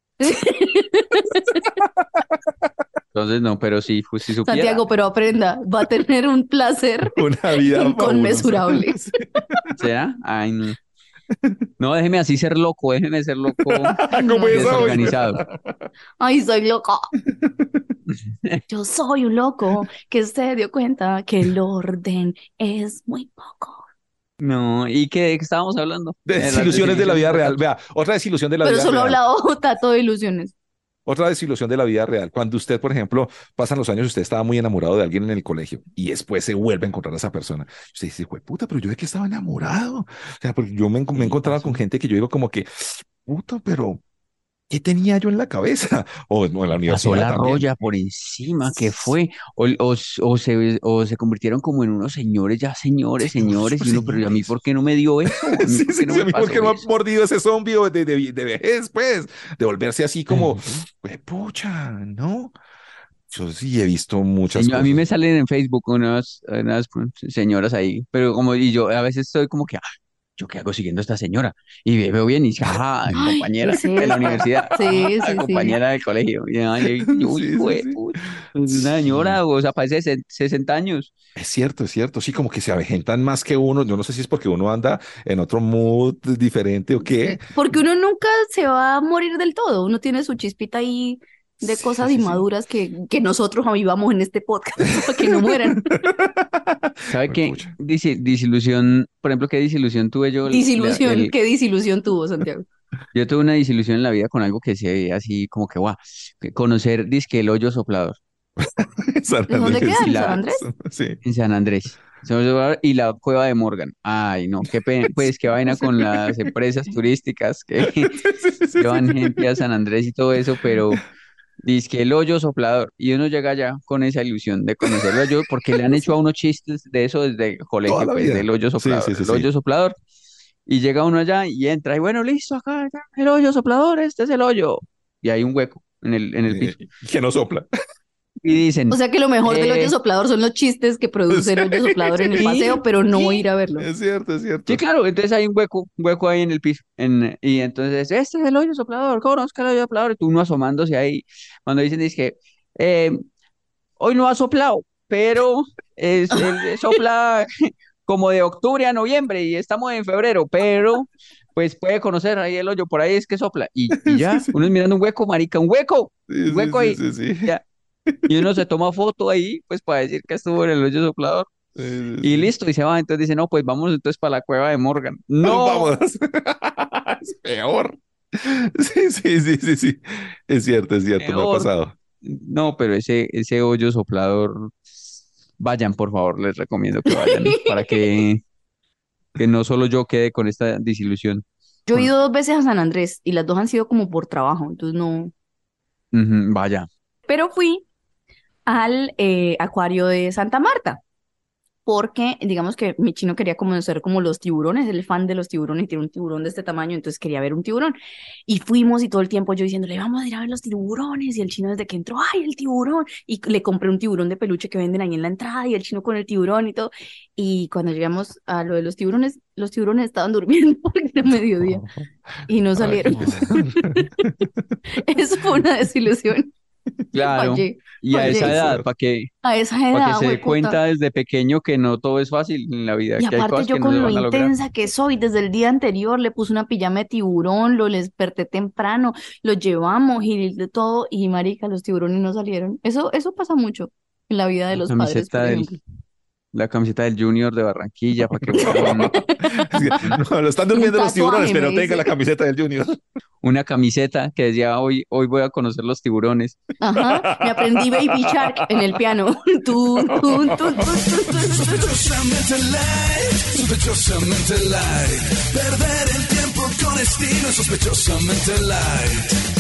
Entonces, no, pero si, fu- si supiera, Santiago, pero aprenda, va a tener un placer Una vida fabulosa. inconmensurable. Sí. ¿será? Ay, no. No, déjeme así ser loco, déjeme ser loco Ay, Como no, yo esa no. hoy. desorganizado. Ay, soy loco. Yo soy un loco que se dio cuenta que el orden es muy poco. No, ¿y qué, de qué estábamos hablando? De las Desilusiones de la desilusiones vida de real. Tato. Vea, otra desilusión de la Pero vida solo ha real. hablado Tato de ilusiones. Otra desilusión de la vida real. Cuando usted, por ejemplo, pasan los años, usted estaba muy enamorado de alguien en el colegio y después se vuelve a encontrar a esa persona. Usted dice, "Jue puta, pero yo de qué estaba enamorado". O sea, porque yo me, en- me he Sí, encontrado con pasó. gente que yo digo como que, puta, pero ¿qué tenía yo en la cabeza? O, o en la Y pasó universidad la también. roya por encima, ¿qué fue? O, o, s- o se, o se convirtieron como en unos señores, ya señores, Señor, señores, super y uno, pero ¿y a mí por señores. qué no me dio eso? ¿A mí Sí, por sí, qué no sí, a me mí porque pasó no ha eso? mordido ese zombie de, de, de, de vejez, pues, de volverse así como, Ujú. pues, pucha, ¿no? Yo sí he visto muchas Señor, a mí me cosas. salen en Facebook unas, unas señoras ahí, pero como, y yo a veces estoy como que, ah, ¿yo qué hago siguiendo a esta señora? Y ve- veo bien y dice, ah, Ay, ¿qué compañera es de la esto? universidad, Sí, ah, sí, sí. compañera del colegio. Y ay, yo, Sí, hijo sí, de sí. pucha, pues una Sí, señora, o sea, parece de sesenta años. es cierto, es cierto. Sí, como que se avejentan más que uno. Yo no sé si es porque uno anda en otro mood diferente o qué. Sí, porque uno nunca se va a morir del todo, uno tiene su chispita ahí de Sí, cosas sí, sí. inmaduras que, que nosotros avivamos en este podcast para que no mueran. ¿Sabe Pues, qué? pucha. Disi- disilusión, por ejemplo, ¿qué disilusión tuve yo? El, la- Disilusión, el- qué disilusión tuvo Santiago. yo tuve una disilusión en la vida con algo que se veía así como que, guau, que conocer, dizque el hoyo soplador San ¿De dónde queda? Andrés. y ¿En San la, Andrés? Sí. en San Andrés. Se me olvidó. Y la cueva de Morgan. Ay, no, qué pena, pues qué vaina con las empresas turísticas que Sí, sí, sí, llevan sí. gente a San Andrés y todo eso, pero dice el hoyo soplador. Y uno llega allá con esa ilusión de conocerlo yo, porque le han hecho a uno chistes de eso desde el Toda colegio, la pues del vida. hoyo Sí, soplador, sí, sí, el hoyo sí. soplador. Y llega uno allá y entra, y bueno, listo, acá, acá, el hoyo soplador, este es el hoyo. Y hay un hueco en el, en el Eh, piso. que no sopla. Y O dicen, sea que lo mejor del hoyo eh, soplador son los chistes que produce Sí, el hoyo soplador en el paseo, sí, pero no ir sí. a verlo. es cierto, es Sí, cierto. claro, entonces hay un hueco, un hueco ahí en el piso. En, y entonces, este es el hoyo soplador, conozca el hoyo soplador. Y tú uno asomándose ahí, cuando dicen, es que eh, hoy no ha soplado, pero es, el, sopla como de octubre a noviembre y estamos en febrero, pero pues puede conocer ahí el hoyo, por ahí es que sopla. Y, y Sí, ya, sí, uno es mirando un hueco, marica, un hueco, sí, un sí, hueco sí, ahí. sí, sí. Ya. Y uno se toma foto ahí, pues para decir que estuvo en el hoyo soplador. Sí, Y sí, listo, y se va. Entonces dice, no, pues vamos entonces para la cueva de Morgan. sí. No. Vamos. Es peor. Sí, sí, sí, sí, sí. Es cierto, es cierto, me ha Peor. pasado. No, pero ese, ese hoyo soplador, vayan, por favor, les recomiendo que vayan para que, que no solo yo quede con esta desilusión. Yo he Con, ido dos veces a San Andrés y las dos han sido como por trabajo, entonces no. Ujú, vaya. Pero fui al eh, acuario de Santa Marta, porque digamos que mi chino quería conocer como los tiburones, él es fan de los tiburones, tiene un tiburón de este tamaño, entonces quería ver un tiburón. Y fuimos y todo el tiempo yo diciéndole, vamos a ir a ver los tiburones, y el chino desde que entró, ¡ay, el tiburón! Y le compré un tiburón de peluche que venden ahí en la entrada, y el chino con el tiburón y todo. Y cuando llegamos a lo de los tiburones, los tiburones estaban durmiendo porque era mediodía y no Ay, qué salieron. pesar. Eso fue una desilusión. Claro. Fallé, Y a Qué esa fallé. edad, pesar. para que, A esa para que edad, se dé hueputa. cuenta desde pequeño que no todo es fácil en la vida, Y que hay aparte cosas yo que no se con lo van a lograr. intensa que soy, desde el día anterior le puse una pijama de tiburón, lo desperté temprano, lo llevamos y de todo, y marica, los tiburones no salieron. Eso, eso pasa mucho en la vida de La los padres, camiseta por del, ejemplo. la camiseta del Junior de Barranquilla para que vean Es que, no, lo están Un durmiendo los tiburones, tatuaje, me pero tenga la dice. camiseta del Junior. una camiseta que decía hoy, hoy voy a conocer los tiburones. Ajá, me aprendí Baby Shark en el piano. Tun, tun, tun, tun, tun, tun, tun. Sospechosamente light, sospechosamente light. Perder el tiempo con estilo, sospechosamente light.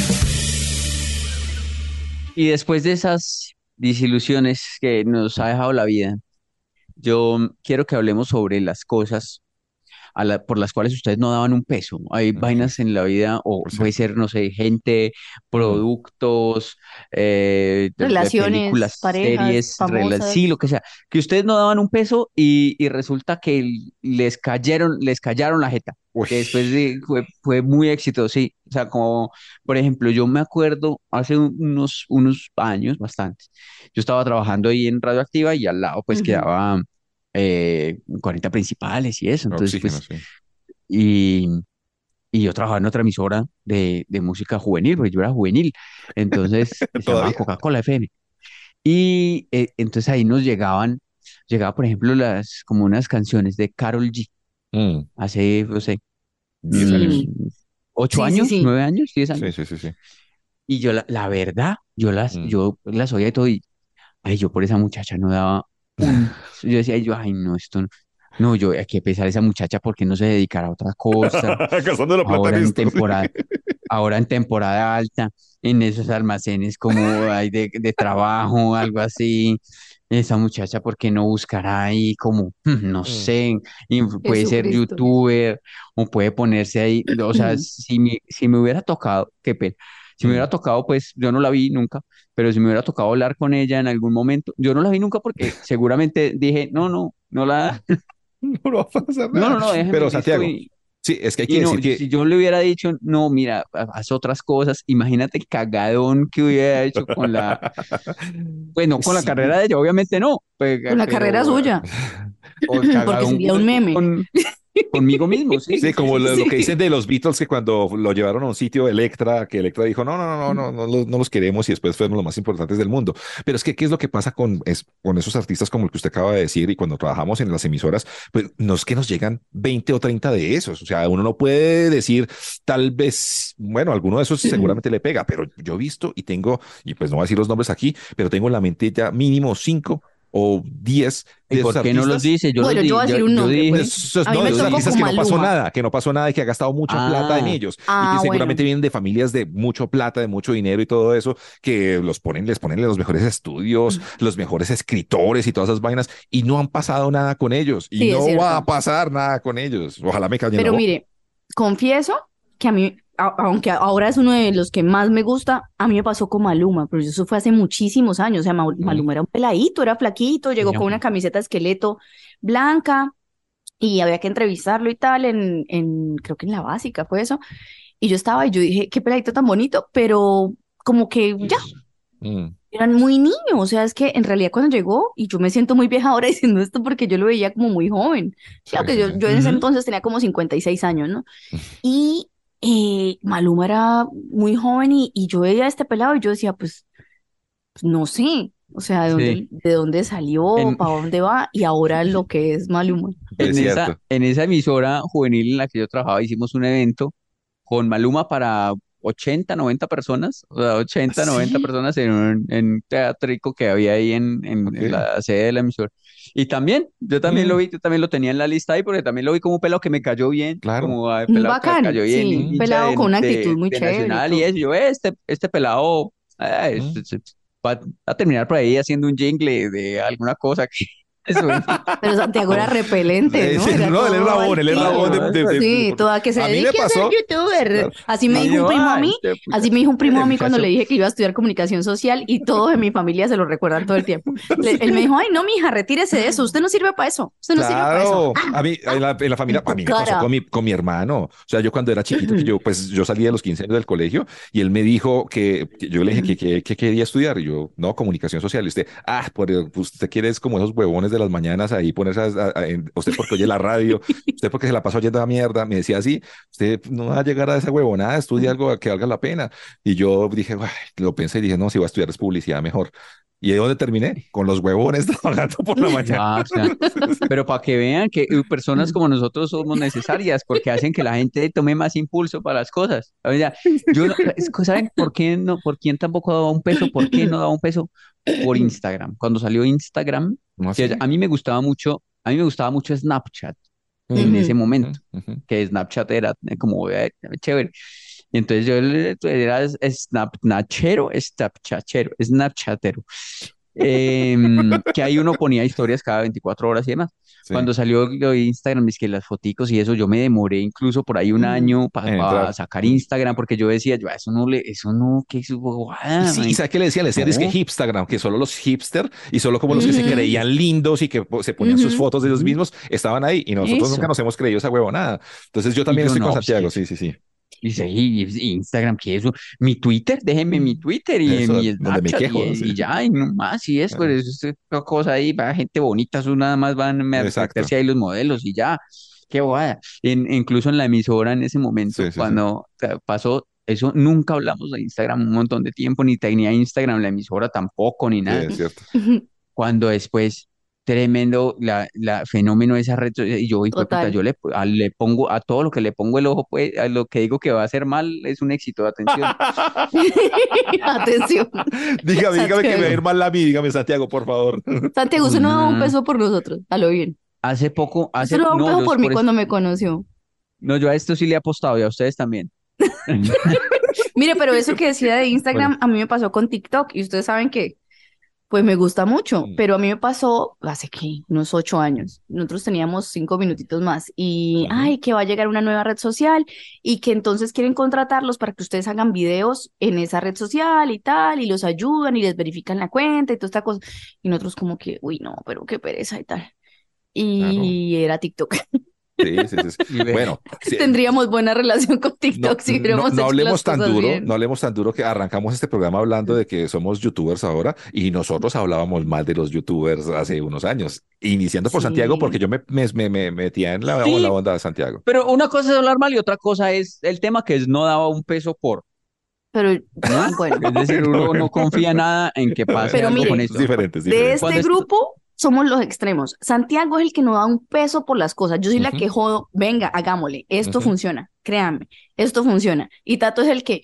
Y después de esas desilusiones que nos ha dejado la vida, yo quiero que hablemos sobre las cosas a la- por las cuales ustedes no daban un peso. Hay Ok, vainas en la vida, o por puede cierto. ser, no sé, gente, Mm, productos, eh, de, de Relaciones, películas, parejas, series, rela- sí, lo famosas. que sea, que ustedes no daban un peso y, y resulta que l- les cayeron, les callaron la jeta. uy. Que después de, fue, fue muy exitoso, sí. O sea, como, por ejemplo, yo me acuerdo hace un- unos, unos años, bastantes, yo estaba trabajando ahí en Radioactiva y al lado pues Ujú. quedaba eh, cuarenta principales y eso. Entonces, Oxígeno, pues, sí. y, y yo trabajaba en otra emisora de, de música juvenil, porque yo era juvenil. Entonces, que se llamaba Todavía. Coca-Cola F M. Y eh, entonces ahí nos llegaban, llegaba, por ejemplo, las, como unas canciones de Karol G. Mm, Hace, no sé, diez mm, años. Mm, ocho sí, sí, años, sí. nueve años, diez Sí, años. sí, sí, sí. Y yo, la, la verdad, yo las, Mm. yo las oía y todo, y ay, yo por esa muchacha no daba un, yo decía, yo, ay, no, esto no, no, yo, hay que pesar a esa muchacha porque no se dedicará a otra cosa, Gastando la plata en ahora en esto. Sí. temporada, ahora en temporada alta, en esos almacenes como hay de, de trabajo, algo así. Esa muchacha, ¿por qué no buscará ahí como, hmm, no Mm. sé, inf- puede ser Jesucristo. youtuber o puede ponerse ahí, o sea, si me, si me hubiera tocado, qué pena, si me hubiera Mm. tocado, pues yo no la vi nunca, pero si me hubiera tocado hablar con ella en algún momento, yo no la vi nunca porque seguramente dije, no, no, no la, No va a pasar no, nada. no, no, déjame Pero el disco Santiago, y, sí, es que hay que y no, decir y que si yo le hubiera dicho, no, mira, ha- haz otras cosas, imagínate el cagadón que hubiera hecho con la, pues no con la carrera sí. de ella, obviamente no, pues, Con la carrera pero, suya, o el porque cagadón sería un meme. con, conmigo mismo, sí, Sí, sí, como sí, lo, lo que dicen Sí. de los Beatles que cuando lo llevaron a un sitio Electra, que Electra dijo, no, no, no, no, no, no, los- no los queremos y después fueron los más importantes del mundo. Pero es que, ¿qué es lo que pasa con, es, con esos artistas como el que usted acaba de decir y cuando trabajamos en las emisoras? Pues no es que nos llegan veinte o treinta de esos. O sea, uno no puede decir, tal vez, bueno, alguno de esos seguramente le pega, pero yo he visto y tengo, y pues no voy a decir los nombres aquí, pero tengo en la mente ya mínimo cinco o diez ¿Y de esos por qué no los artistas. dice? Yo los Bueno, yo di, voy a yo, decir un yo nombre, dije, pues. Esos, A mí no, me esos yo tocó artistas con que no dije, pasó Maluma. nada, que no pasó nada y que ha gastado mucha plata en ah, ellos y que Ah, bueno. seguramente vienen de familias de mucho plata, de mucho dinero y todo eso, que los ponen, les ponen los mejores estudios, los mejores escritores y todas esas vainas y no han pasado nada con ellos y Sí, es no va a cierto. pasar nada con ellos. Ojalá me callen la Pero boca. mire, confieso que a mí, a- aunque ahora es uno de los que más me gusta, a mí me pasó con Maluma, pero eso fue hace muchísimos años. O sea, Ma- Mm, Maluma era un peladito, era flaquito, llegó mira, con una camiseta esqueleto blanca y había que entrevistarlo y tal en, en, creo que en la básica fue eso. Y yo estaba y yo dije, qué peladito tan bonito, pero como que ya, mm, eran muy niños. O sea, es que en realidad cuando llegó, y yo me siento muy vieja ahora diciendo esto porque yo lo veía como muy joven. sí, Claro que sí, yo, sí. yo en ese ujú, entonces tenía como cincuenta y seis años, ¿no? Y eh, Maluma era muy joven y, y yo veía a este pelado y yo decía, pues, pues, no sé, o sea, ¿de sí, dónde, de dónde salió, en, para dónde va? Y ahora lo que es Maluma. Es en esa, cierto. en esa emisora juvenil en la que yo trabajaba, hicimos un evento con Maluma para ochenta noventa personas, o sea, ochenta noventa Sí, personas en un, en un teatrico que había ahí en, en, en ok. la sede de la emisora. Y también, yo también lo Mm, vi, yo también lo tenía en la lista ahí, porque también lo vi como un pelado que me cayó bien, claro. como ah, Un pelado que me bacán, cayó bien, sí, un Mm, hincha pelado con de, una actitud de, muy de chévere y Nacional y todo. eso. Yo, "Eh, este, este pelado ah, es- mm. es- es- va a terminar por ahí haciendo un jingle de alguna cosa que suene". Pero Santiago era repelente, Eh, ¿no? sí, Era no, él es todo rabón, él es rabón de, altivo. de- de- de- Sí, por- toda que se A mí me dedique a ser pasó, youtuber. claro. Así me Y dijo un yo, primo a ay, mí, este pucha, así me dijo un primo ese a mí cuando le muchacho. dije que iba a estudiar comunicación social y todos en mi familia se lo recuerdan todo el tiempo. Le- él me dijo, ay, no, mija, retírese de eso, usted no sirve para eso, usted no sirve para eso. Claro, a mí en la, en la familia, En a tu mí me pasó con cara. mi, con mi hermano. O sea, yo cuando era chiquito, que yo, pues yo salí de los quince años del colegio y él me dijo que, que yo le dije que, que, que quería estudiar y yo, no, comunicación social. Y usted, ah, por, pues, usted quiere es como esos huevones de las mañanas ahí ponerse a, a- a- en- usted porque oye la radio, usted porque se la pasa oyendo la mierda. Me decía así, usted no va a llegar a esa huevonada, estudia algo que valga la pena. Y yo dije, "Ay", lo pensé y dije, no, si voy a estudiar es publicidad mejor. ¿Y de dónde terminé? Con los huevones trabajando por la mañana. Ah, claro. Pero para que vean que eh, personas como nosotros somos necesarias porque hacen que la gente tome más impulso para las cosas. O sea, yo no, es que, ¿saben por qué no? ¿Por quién tampoco daba un peso? ¿Por qué no daba un peso? Por Instagram. Cuando salió Instagram, ¿No que así? a mí me gustaba mucho, a mí me gustaba mucho Snapchat en ese Ujú. momento, que Snapchat era eh, como eh, chévere. Y entonces yo le- era snapchatero, snapchatero, snapchatero em, que ahí uno ponía historias cada veinticuatro horas y demás. Sí. Cuando salió lo de Instagram, es que las foticos y eso, yo me demoré incluso por ahí un Mm. año En para entrar. sacar Mm. Instagram, porque yo decía, yo, "Ah, eso no le, eso no, qué es Y bobada, sí, ¿y man". sabes qué le decían? Le decían, es que No. hipstagram, que solo los hipster y solo como los que se Ujú, creían lindos y que po- se ponían sus ujú. fotos de ellos Ujú. mismos estaban ahí y nosotros nunca Eso. nos hemos creído esa huevonada. Entonces yo Y también yo estoy con no, pues que Santiago, sí, sí, sí. dice, "Y- y Instagram, ¿qué es eso? Mi Twitter, déjenme mi Twitter y Eso, mi donde me Snapchat y, quejo, sí. y ya, y no más, y es, Ah, pues, es una cosa ahí, va gente bonita, eso nada más van a exacto. meterse ahí los modelos y ya, qué bobada. En, incluso en la emisora en ese momento, Sí, sí, sí. cuando eh, pasó eso, nunca hablamos de Instagram un montón de tiempo, ni tenía Instagram la emisora tampoco, ni Sí, nada. es cierto. Ujú. Cuando después tremendo la, la fenómeno de esa red social. Y yo, hijo de puta, Total. yo le, a- le pongo a todo lo que le pongo el ojo, pues, a lo que digo que va a hacer mal es un éxito de atención. Atención. Dígame, dígame que me va a ir Santiago. mal a mí, dígame, Santiago, por favor. Santiago, usted Uy, no no, daba un no, no. peso por nosotros. A lo bien. Hace poco, Usted hace, no daba un no, peso yo por mí por cuando me conoció. no, yo a esto sí le he apostado y a ustedes también. Mire, pero eso que decía de Bueno, Instagram, a mí me pasó con TikTok. Y ustedes saben que, pues me gusta mucho. mm, Pero a mí me pasó hace, ¿qué? Unos ocho años. Nosotros teníamos cinco minutitos más. Y, ujú, ay, que va a llegar una nueva red social. Y que entonces quieren contratarlos para que ustedes hagan videos en esa red social y tal. Y los ayudan y les verifican la cuenta y toda esta cosa. Y nosotros como que, uy, no, pero qué pereza y tal. claro. Y era TikTok. Sí, sí, sí, sí. Y ve, Bueno, sí, Tendríamos buena relación con no, TikTok si no, hubiéramos no hecho hablemos las tan cosas duro, bien. no hablemos tan duro que arrancamos este programa hablando de que somos youtubers ahora y nosotros hablábamos mal de los youtubers hace unos años, iniciando por Santiago porque Sí, yo me, me, me- me metía en la, en la sí, onda de Santiago. pero una cosa es hablar mal y otra cosa es el tema que es no daba un peso por, pero ¿no? bueno, Es decir, Bueno, uno no bueno, confía nada en que pase pero algo con mire, es esto. diferente, es de diferente. Cuando este esto, grupo somos los extremos. Santiago es el que no da un peso por las cosas. Yo soy la Ujú, que jodo, venga, hagámosle. Esto ujú. funciona, créanme, esto funciona. Y Tato es el que,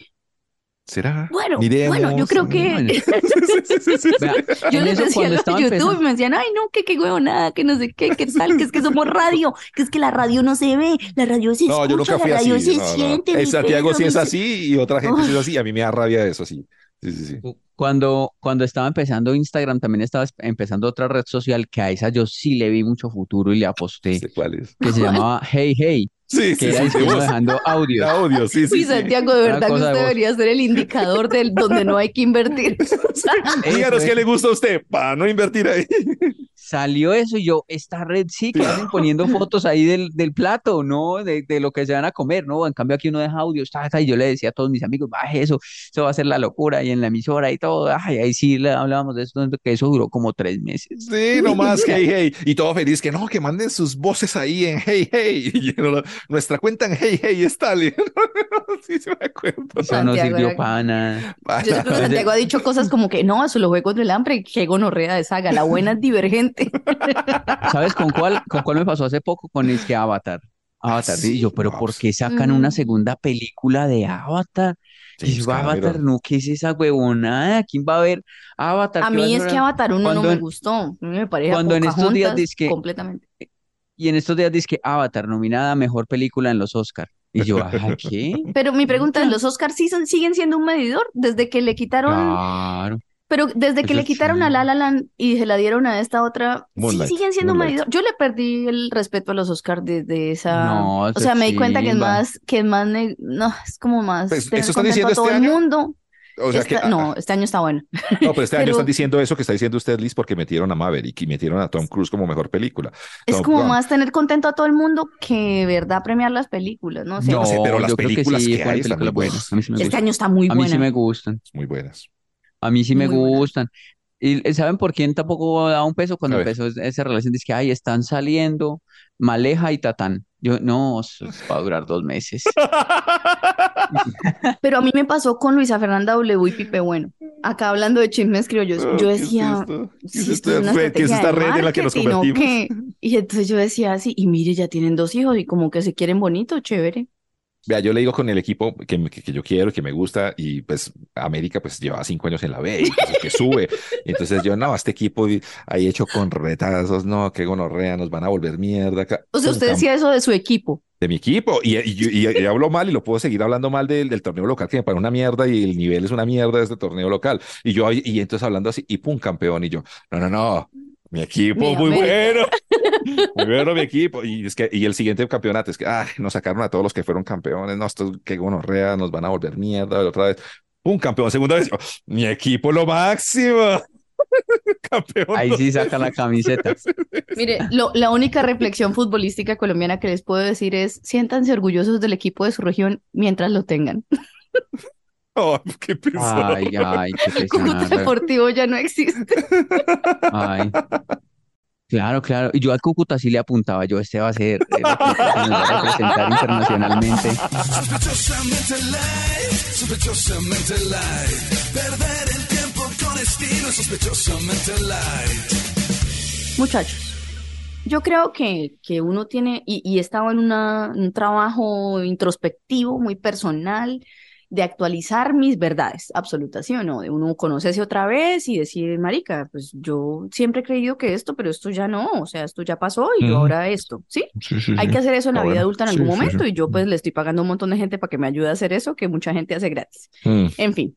¿Será? bueno, bueno, yo Miremos. creo mm. que bueno, Sí, sí, sí, sí, vea, sí. yo en les eso decía cuando lo de estaba YouTube y empezando, me decían, ay, no, que qué nada, que no sé qué, qué tal, que es que somos radio, que es que la radio no se ve, la radio se No, yo escucha, nunca la fui radio así. se No, no. siente, Eh, mi Santiago perro, sí mi... es se- así y otra gente sí es Uf, así. A mí me da rabia eso, sí. Sí, sí, sí. cu- cuando, cuando estaba empezando Instagram, también estaba es- empezando otra red social que a esa yo sí le vi mucho futuro y le aposté, ¿Sé cuál es? que se ¿cuál? llamaba Hey Hey, Sí, que sí, era sí, de dizque uno voz. dejando De audios, audio, sí, sí, Uy, sí. Santiago, de una verdad que cosa de usted voz. debería ser el indicador del donde no hay que invertir. Eso, Díganos qué le eso. gusta a usted para no invertir ahí. Salió eso y yo, esta red sí que hacen poniendo fotos ahí del, del plato, ¿no? De, de lo que se van a comer, ¿no? En cambio aquí uno deja audios, ta, ta, y yo le decía a todos mis amigos, baje eso, eso va a ser la locura, y en la emisora y todo, ay, ahí sí le hablábamos de esto, que eso duró como tres meses. Sí, nomás, hey, hey. Y todo feliz, que no, que manden sus voces ahí en hey, hey. Y yo, no, nuestra cuenta en hey, hey está. Sí, se me acuerdo. Eso no Santiago sirvió era... para nada. Yo Para creo que nada. Entonces, Santiago ha dicho cosas como que no, eso los juegos del hambre, qué gonorrea de saga, la buena es divergente. ¿sabes con cuál, con cuál me pasó hace poco? Con es que Avatar. Ah, Avatar, y yo, sí, pero no, ¿por pues, qué sacan una Mm, segunda película de Avatar? Y James yo, Avatar, Cameron. no, ¿qué es esa huevonada? ¿Quién va a ver Avatar? A ¿Qué va a mí es que ser? Avatar uno no Cuando me en, gustó, a mí me parece a cuando en estos días Pocahontas dizque, completamente. y en estos días dizque Avatar, nominada a mejor película en los Oscar. Y yo, ajá, ¿qué? Pero mi pregunta es, Puta. ¿los Oscars sí son- siguen siendo un medidor? Desde que le quitaron, Claro, pero desde que eso le quitaron a sí. La La Land y se la dieron a esta otra, sí Moonlight, siguen siendo un Moonlight. medidor. Yo le perdí el respeto a los Oscars desde esa, No, o eso sea, es me di cuenta que es chimba. más, que es más, ne- no, es como más Pues, ¿eso tener están contento diciendo a todo este el año? mundo. O sea que, Esta, ah, no, ah, este año está bueno. no, pero este año están Pero diciendo eso que está diciendo usted, Liz, porque metieron a Maverick y metieron a Tom Cruise como mejor película. es Top como Gun. más tener contento a todo el mundo que de verdad premiar las películas, no sé. No sé, pero No, las yo creo que películas sí, que con hay las están muy películas buenas. A buenas. mí sí me Este gustan. año está muy A mí sí buena, me gustan. Muy buenas. A mí sí me muy buena. gustan. ¿Y eh, saben por quién tampoco da un peso? A Cuando ver. empezó es- esa relación, dice que, ay, están saliendo Maleja y Tatán. Yo, no, eso va a durar dos meses. Pero a mí me pasó con Luisa Fernanda W y Pipe Bueno. Acá hablando de chismes criollos, No, yo ¿qué es decía, esto? ¿Qué es si esto es esta una red? ¿Qué es estrategia esta de red en la que nos marketing o convertimos? qué. Y entonces yo decía así, y mire, ya tienen dos hijos y como que se quieren bonito, chévere. Vea, yo le digo con el equipo que, me- que, que yo quiero, que me gusta, y pues América pues lleva cinco años en la B, y entonces que sube. Entonces yo, no, este equipo y- ahí hecho con retazos, no, qué gonorrea, nos van a volver mierda acá. O sea, Pum, usted cam- decía eso de su equipo. de mi equipo, y, y, y- y hablo mal y lo puedo seguir hablando mal del, del torneo local, que me parece una mierda y el nivel es una mierda de este torneo local. Y yo, y, y entonces hablando así, y pum, campeón, y yo, no, no, no, mi equipo Mi muy América. bueno. Muy bueno mi equipo. Y es que, y el siguiente campeonato es que, ay, nos sacaron a todos los que fueron campeones. No, esto qué gonorrea, nos van a volver mierda. Otra vez, un campeón, segunda vez. Oh, mi equipo lo máximo. Campeón. Ahí dos sí saca la veces. camiseta. Mire, lo, la única reflexión futbolística colombiana que les puedo decir es, siéntanse orgullosos del equipo de su región mientras lo tengan. Oh, qué pesado. Ay, ay, qué Cúcuta pesar. Deportivo ya no existe. Ay, claro, claro. Y yo a Cúcuta sí le apuntaba. Yo, este va a ser el equipo que nos va a representar internacionalmente. Sospechosamente light, sospechosamente light. Perder el tiempo con estilo, sospechosamente light. Muchachos, yo creo que, que uno tiene, y, y he estado en una, un trabajo introspectivo, muy personal, de actualizar mis verdades absolutas, ¿sí o no? De uno conocerse otra vez y decir, marica, pues yo siempre he creído que esto, pero esto ya no, o sea, esto ya pasó y yo Mm, ahora esto, ¿sí? sí, sí, Hay sí. que hacer eso en Ah, la vida bueno. adulta en Sí, algún sí, sí. momento y yo pues le estoy pagando a un montón de gente para que me ayude a hacer eso, que mucha gente hace gratis. Mm, En fin.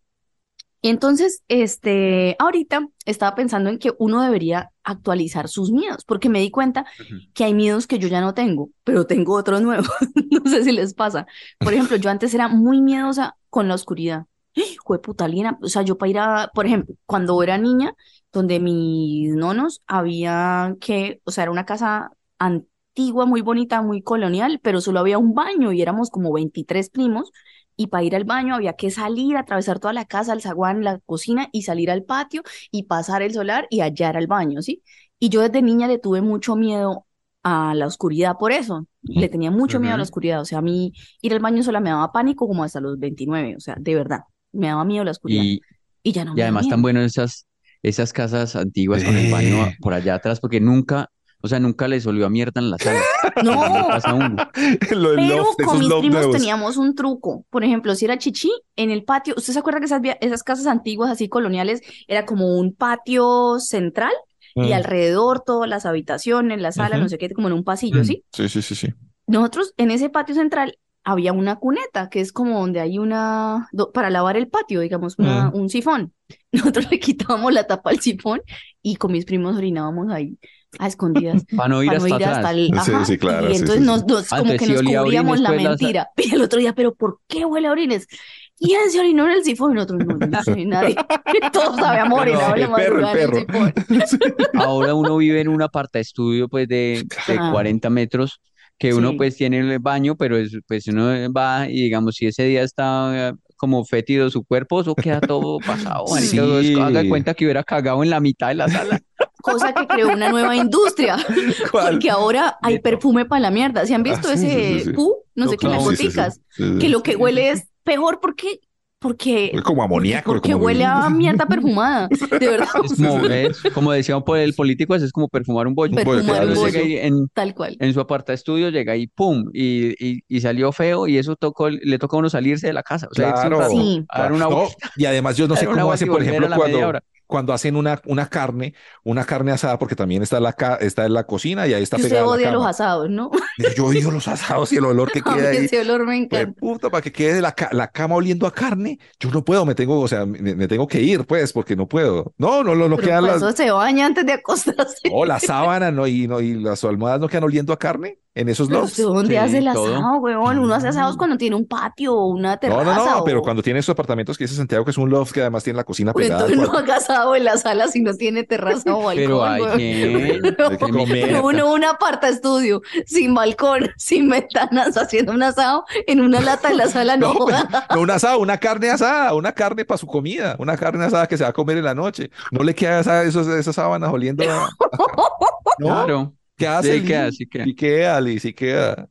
Y entonces, este, ahorita estaba pensando en que uno debería actualizar sus miedos, porque me di cuenta Ujú. que hay miedos que yo ya no tengo, pero tengo otros nuevos. No sé si les pasa. Por ejemplo, yo antes era muy miedosa con la oscuridad. Jueputa, Lina, o sea, yo para ir a, por ejemplo, cuando era niña, donde mis nonos había que, o sea, era una casa antigua, muy bonita, muy colonial, pero solo había un baño y éramos como veintitrés primos y para ir al baño había que salir, atravesar toda la casa, el zaguán, la cocina y salir al patio y pasar el solar y allá era el baño, ¿sí? Y yo desde niña le tuve mucho miedo a la oscuridad por eso. Le tenía mucho miedo a la Ujú. oscuridad. O sea, a mí ir al baño sola me daba pánico como hasta los veintinueve. O sea, de verdad, me daba miedo la oscuridad. Y, Y ya no y me da además tan miedo. bueno esas, esas casas antiguas con el baño Eh, por allá atrás, porque nunca, o sea, nunca les olió a mierda en la sala, que es donde No, pasa uno. Lo del pero loft, con esos mis loft primos nuevos. teníamos un truco. Por ejemplo, si era chichi, en el patio, ¿usted se acuerda que esas, via- esas casas antiguas así coloniales era como un patio central y Mm, alrededor todas las habitaciones, la sala, no ujú. sé qué, como en un pasillo, Mm. ¿sí? Sí, sí, sí, sí. Nosotros en ese patio central había una cuneta, que es como donde hay una, do- para lavar el patio, digamos, una, Mm. un sifón. Nosotros le quitábamos la tapa al sifón y con mis primos orinábamos ahí a escondidas Para no ir para no hasta ir hasta atrás. el, Sí, ajá, sí, y claro, sí, entonces sí, sí. nos, nos Ah, como entonces que sí nos olía a cubríamos orines, la pues la sala. mentira. Y el otro día, pero ¿por qué huele a orines? ¿Quién se orinó en el sifón? Y nosotros, no, yo no sé, nadie. Todos habíamos Pero orinado a- en la El perro, el madrugada en el perro. sifón. Sí. ahora uno vive en un aparta estudio pues de, de Ah, Claro. cuarenta metros, que uno sí. pues tiene el baño, pero es, pues uno va y digamos, si ese día está eh, como fétido su cuerpo, eso queda todo pasado, marica. Mm. Eso es- haga de Sí. cuenta que hubiera cagado en la mitad de la sala. Cosa que creó una nueva industria, ¿Cuál? porque ahora hay Neto. perfume para la mierda. ¿Se han Ah, visto sí, sí, sí, ese sí. pu? No sé No, qué, las Sí, sí, sí. goticas, Sí, que sí. lo que sí, sí, huele sí. es peor porque, porque, Como porque, amoníaco, porque como... huele a mierda perfumada. De verdad, Es Sí, como, sí. es, como decía por el político, es como perfumar un bollo. Bueno, perfumar Entonces un claro, uno sí, llega sí. bollo, ahí en, tal cual. en su aparta estudio, llega ahí, pum, y, y, y salió feo y eso tocó, le toca a uno salirse de la casa, o sea, irse un rato Claro, Sí, a dar claro. una No, vuelta, y además yo no a sé dar una cómo vuelta hacen, y por volver a ejemplo, la media cuando, hora. cuando hacen una, una carne, una carne asada, porque también está la, ca- está en la cocina y ahí está que usted pegada a la odia los cama. asados, ¿no? Pero yo odio los asados y el olor que A mí queda ahí. ese olor me Pues encanta. puta, para que quede la, ca- la cama oliendo a carne, yo no puedo, me tengo, o sea, me, me tengo que ir, pues, porque no puedo. No, no, no, no Pero quedan para las, eso se baña antes de acostarse. no, la sábana, no, y, no, y las almohadas no quedan oliendo a carne en esos Pero usted, lofts. ¿dónde hace Sí, el todo. asado, huevón? Uno hace asados Sí. cuando tiene un patio o una No, no, terraza no, pero o... cuando tiene esos apartamentos que dice Santiago, que es un loft que además tiene la cocina Pues pegada al entonces no cuarto, haga asado en la sala si no tiene terraza o Pero balcón, hay weón. quien, hay que que mi comer. Pero mierda. uno un aparta estudio, sin balcón, sin ventanas, haciendo un asado en una lata en la sala, no No, pues, joda. no un asado, una carne asada, una carne para su comida, una carne asada que se va a comer en la noche. No le queda esa, esos, esas sábanas oliendo a, a ca- No, Claro. ¿qué hace Sí, queda, Lee? sí queda. Sí queda, Lee, sí queda.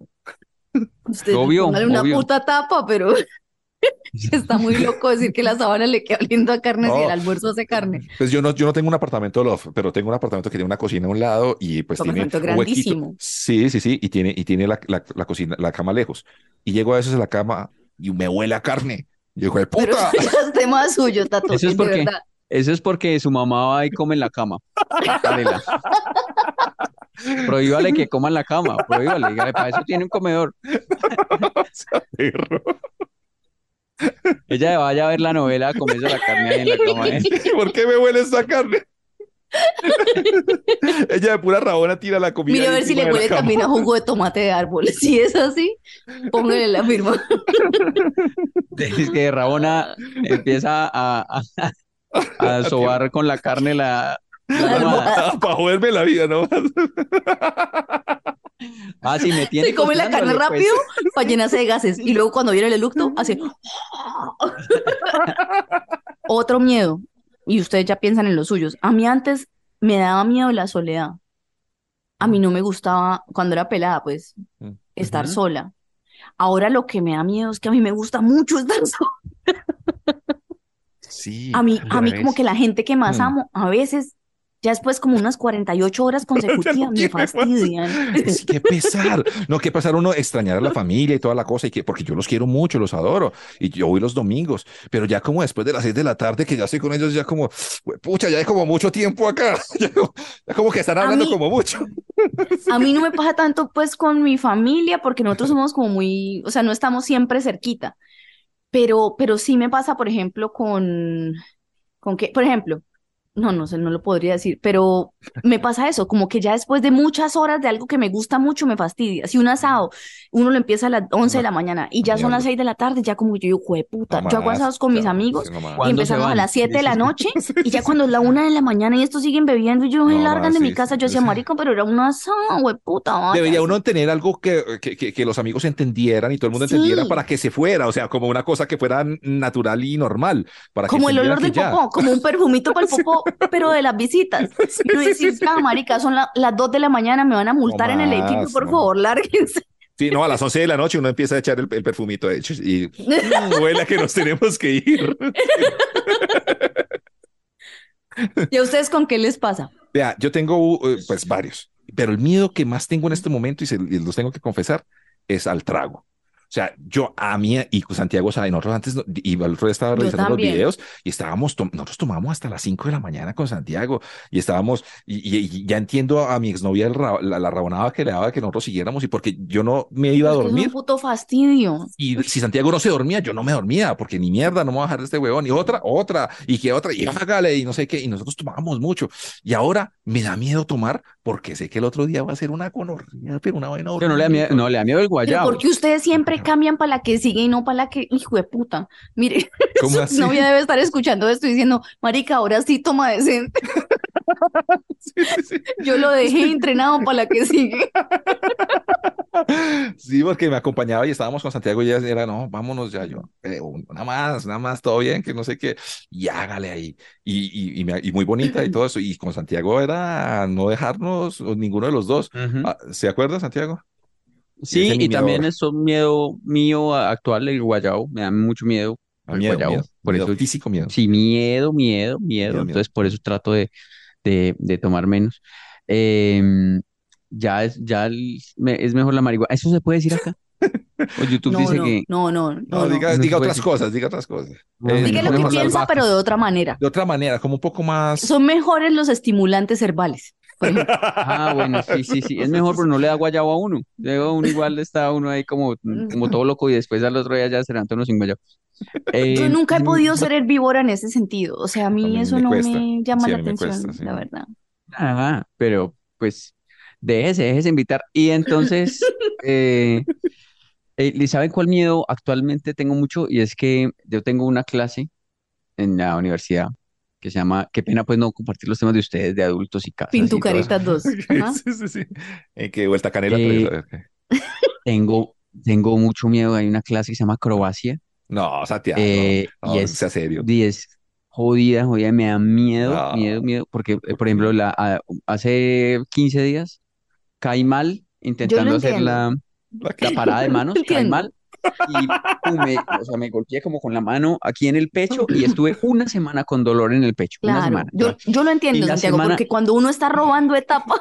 Usted Obvio, póngale una obvio. puta tapa, pero está muy loco decir que la sábana le queda oliendo a carne si el No, almuerzo hace carne. pues yo no, yo no tengo un apartamento loft, pero tengo un apartamento que tiene una cocina a un lado y pues Tu tiene apartamento es un huequito. grandísimo. Sí, sí, sí, y tiene, y tiene la, la, la cocina, la cama lejos. Y llego a veces a la cama y me huele a carne. Y digo, ¡de Pero eso puta! ya es tema suyo, Tato, Eso es de porque, verdad. eso es porque su mamá va y come en la cama. Párela. Prohíbale que coma en la cama. Prohíbale. Dígale, para eso tiene un comedor. O sea, perro. Ella vaya a ver la novela, a comerse la carne ahí en la cama. ¿Eh? ¿Por qué me huele esta carne? Ella de pura rabona tira la comida Mire a ahí ver si encima le de la huele cama. también a jugo de tomate de árbol. Si es así, póngale la firma. Es que Rabona empieza a, a, a A tirar- sobar con la carne la, la La almohada. almohada. Para joderme la vida, ¿no? Ah, sí, me Se tiene come la carne costeándole, pues. rápido para llenarse de gases. Y luego cuando viene el eructo, hace otro miedo. Y ustedes ya piensan en los suyos. A mí antes me daba miedo la soledad. A mí no me gustaba, cuando era pelada, pues, estar Ujú. sola. Ahora lo que me da miedo es que a mí me gusta mucho estar sola. Sí, A mí, a pero mí como es. que la gente que más Mm. amo, a veces Ya después como unas cuarenta y ocho horas Ya no consecutivas me quiere más. fastidian. Es que pesar, no, que pasar uno extrañar a la familia y toda la cosa, y que, porque yo los quiero mucho, los adoro, y yo voy los domingos, pero ya como después de las seis de la tarde, que ya estoy con ellos, ya como, pucha, ya hay como mucho tiempo acá, ya como, ya como que están A hablando mí, como mucho. a mí no me pasa tanto pues con mi familia porque nosotros somos como muy, o sea, no estamos siempre cerquita, pero, pero sí me pasa, por ejemplo, con, con que, por ejemplo, no, no sé, no lo podría decir, pero me pasa eso, como que ya después de muchas horas de algo que me gusta mucho me fastidia. Si un asado, uno lo empieza a las once de No, la mañana y no, ya son las mierda, seis de la tarde, ya como que yo digo, no puta, yo hago más, asados con mis ya, sí, amigos no más. y ¿Cuándo se empezamos a van? las siete Sí, de sí, la sí. noche y ya cuando es la una de la mañana y estos siguen bebiendo y yo no se No largan más, de mi sí, sí, casa, yo decía, sí. marico, pero era un asado, hueputa, Debería váyase. uno tener algo que, que, que, que los amigos entendieran y todo el mundo entendiera para Sí, que se fuera, o sea, como una cosa que fuera natural y normal, para que como el entendieran olor que del ya. popó, como un perfumito para el Sí, popó, pero de las visitas. sí, Y uno sí, sí, decir, sí. ah, marica, son la- las dos de la mañana, me van a No multar en el edificio, más, por no más. favor, lárguense. Sí, no, a las once de la noche uno empieza a echar el, el perfumito de hecho y mm, huele a que nos tenemos que ir. Sí. ¿Y a ustedes con qué les pasa? Vea, yo tengo uh, pues varios, pero el miedo que más tengo en este momento y, se, y los tengo que confesar es al trago. O sea, yo a mí y con Santiago, o sea, nosotros antes, no- y el otro día estaba Yo revisando los también. videos y estábamos, tom- nosotros tomamos hasta las cinco de la mañana con Santiago y estábamos, y, y- y ya entiendo a mi exnovia el ra- la, la rabonada que le daba que nosotros siguiéramos y porque yo no me iba a Es que es un dormir. puto fastidio. Y si Santiago no se dormía, yo no me dormía, porque ni mierda, no me voy a dejar de este huevón. Y otra, otra, y que otra, y hágale, y no sé qué. Y nosotros tomábamos mucho. Y ahora me da miedo tomar, porque sé que el otro día va a ser una gonorrea, pero una vaina Pero no le da horrible. miedo, no le da miedo el Pero ¿por guayabo. qué ustedes siempre cambian para la que sigue y no para la que, hijo de puta? Mire, ¿Cómo su así? novia debe estar escuchando esto y diciendo, marica, ahora sí toma decente. Sí, sí, sí. Yo lo Es dejé que- entrenado para la que sigue. Sí, porque me acompañaba y estábamos con Santiago y ella era, no, vámonos ya, yo, eh, una más, nada más, todo bien, que no sé qué, y hágale ahí, y, y, y, me- y muy bonita y todo eso, y con Santiago era no dejarnos o ninguno de los dos. Ujú. Ah, ¿se acuerda, Santiago? Y ese Sí, es mi y miedo también ahora. es un miedo mío a- actual, el guayabo. Me da mucho miedo Ah, el miedo, guayabo. miedo, Por miedo, eso, físico miedo, sí, miedo, miedo, miedo. miedo, miedo. Entonces, por eso trato de, de, de tomar menos. Em, ya es, ya el- me- es mejor la marihuana. ¿Eso se puede decir acá? O YouTube No, dice no, que no, no, no, No, no. diga, no se diga puede otras decir. cosas, diga otras cosas. Ah, Es bueno, Diga es lo mejor que mejor las las piensa, pero vacas. de otra manera. de otra manera, como un poco más. Son mejores los estimulantes herbales, por ejemplo. Ah, bueno, sí, sí, sí. Es mejor, pero no le da guayabo a uno. Luego uno igual está uno ahí como, como todo loco y después al otro día ya se levanta uno sin guayabo. Yo Eh, nunca he mm, podido ser herbívora en ese sentido. O sea, a A mí mí eso me no cuesta. me llama Sí, a la mí me cuesta, atención, sí. la verdad. ah, pero pues déjese, déjese invitar. Y entonces, eh, eh, ¿y saben cuál miedo actualmente tengo mucho? Y es que yo tengo una clase en la universidad que se llama, qué pena pues no compartir los temas de ustedes, de adultos y casas y todo eso. Pintucaritas dos. Ajá. Sí, sí, sí. ¿En qué vuelta canela traes? A Eh, ver, ¿qué? tengo, tengo mucho miedo. Hay una clase que se llama acrobacia No, Santiago, eh, y no, sea es, serio. y es jodida, jodida, me da miedo, miedo, No, miedo, porque, eh, ¿por por qué? ejemplo, la, a- hace quince días caí mal Yo lo intentando hacer entiendo. la, ¿La la qué? parada de manos, caí Entiendo. mal y pum, me, o sea, me golpeé como con la mano aquí en el pecho y estuve una semana con dolor en el pecho, una Claro, semana. yo, yo lo Y entiendo, la Santiago, semana, porque cuando uno está robando etapas,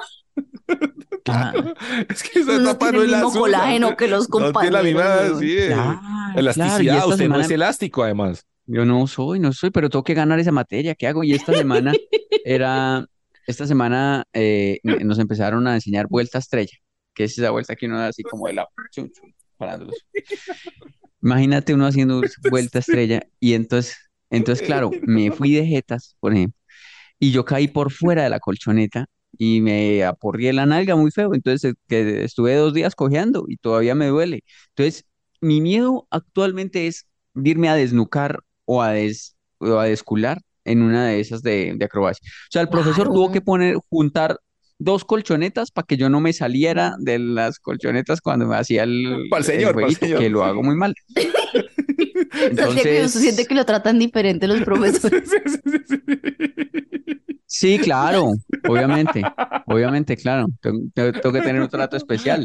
Claro, ajá, es que esa uno no etapa tiene no el es la mismo suya. colágeno que los No tiene la compañeros, misma, weón. sí, eh, claro, claro, y elasticidad. esta Usted no es semana elástico, además. yo no soy, no soy, pero tengo que ganar esa materia, ¿qué hago? Y esta semana era, esta semana eh, n- nos empezaron a enseñar vuelta estrella, que es esa vuelta que uno da así como de lado, chum, chum, parándolos. Imagínate uno haciendo vuelta estrella y entonces, entonces claro, me fui de jetas, por ejemplo, y yo caí por fuera de la colchoneta y me aporrié la nalga muy feo, entonces eh, que estuve dos días cojeando y todavía me duele. Entonces, mi miedo actualmente es de irme a desnucar o a, des, o a descular en una de esas de, de acrobacia. O sea, el profesor tuvo que Claro. poner, juntar dos colchonetas para que yo no me saliera de las colchonetas cuando me hacía el, Para el el señor, para el jueguito, señor. que lo hago muy mal. Santiago, ¿y usted siente Entonces, que lo tratan diferente los Sí, profesores? sí, sí, sí, sí. sí, claro, obviamente, obviamente, claro, tengo, tengo- tengo que tener un trato especial,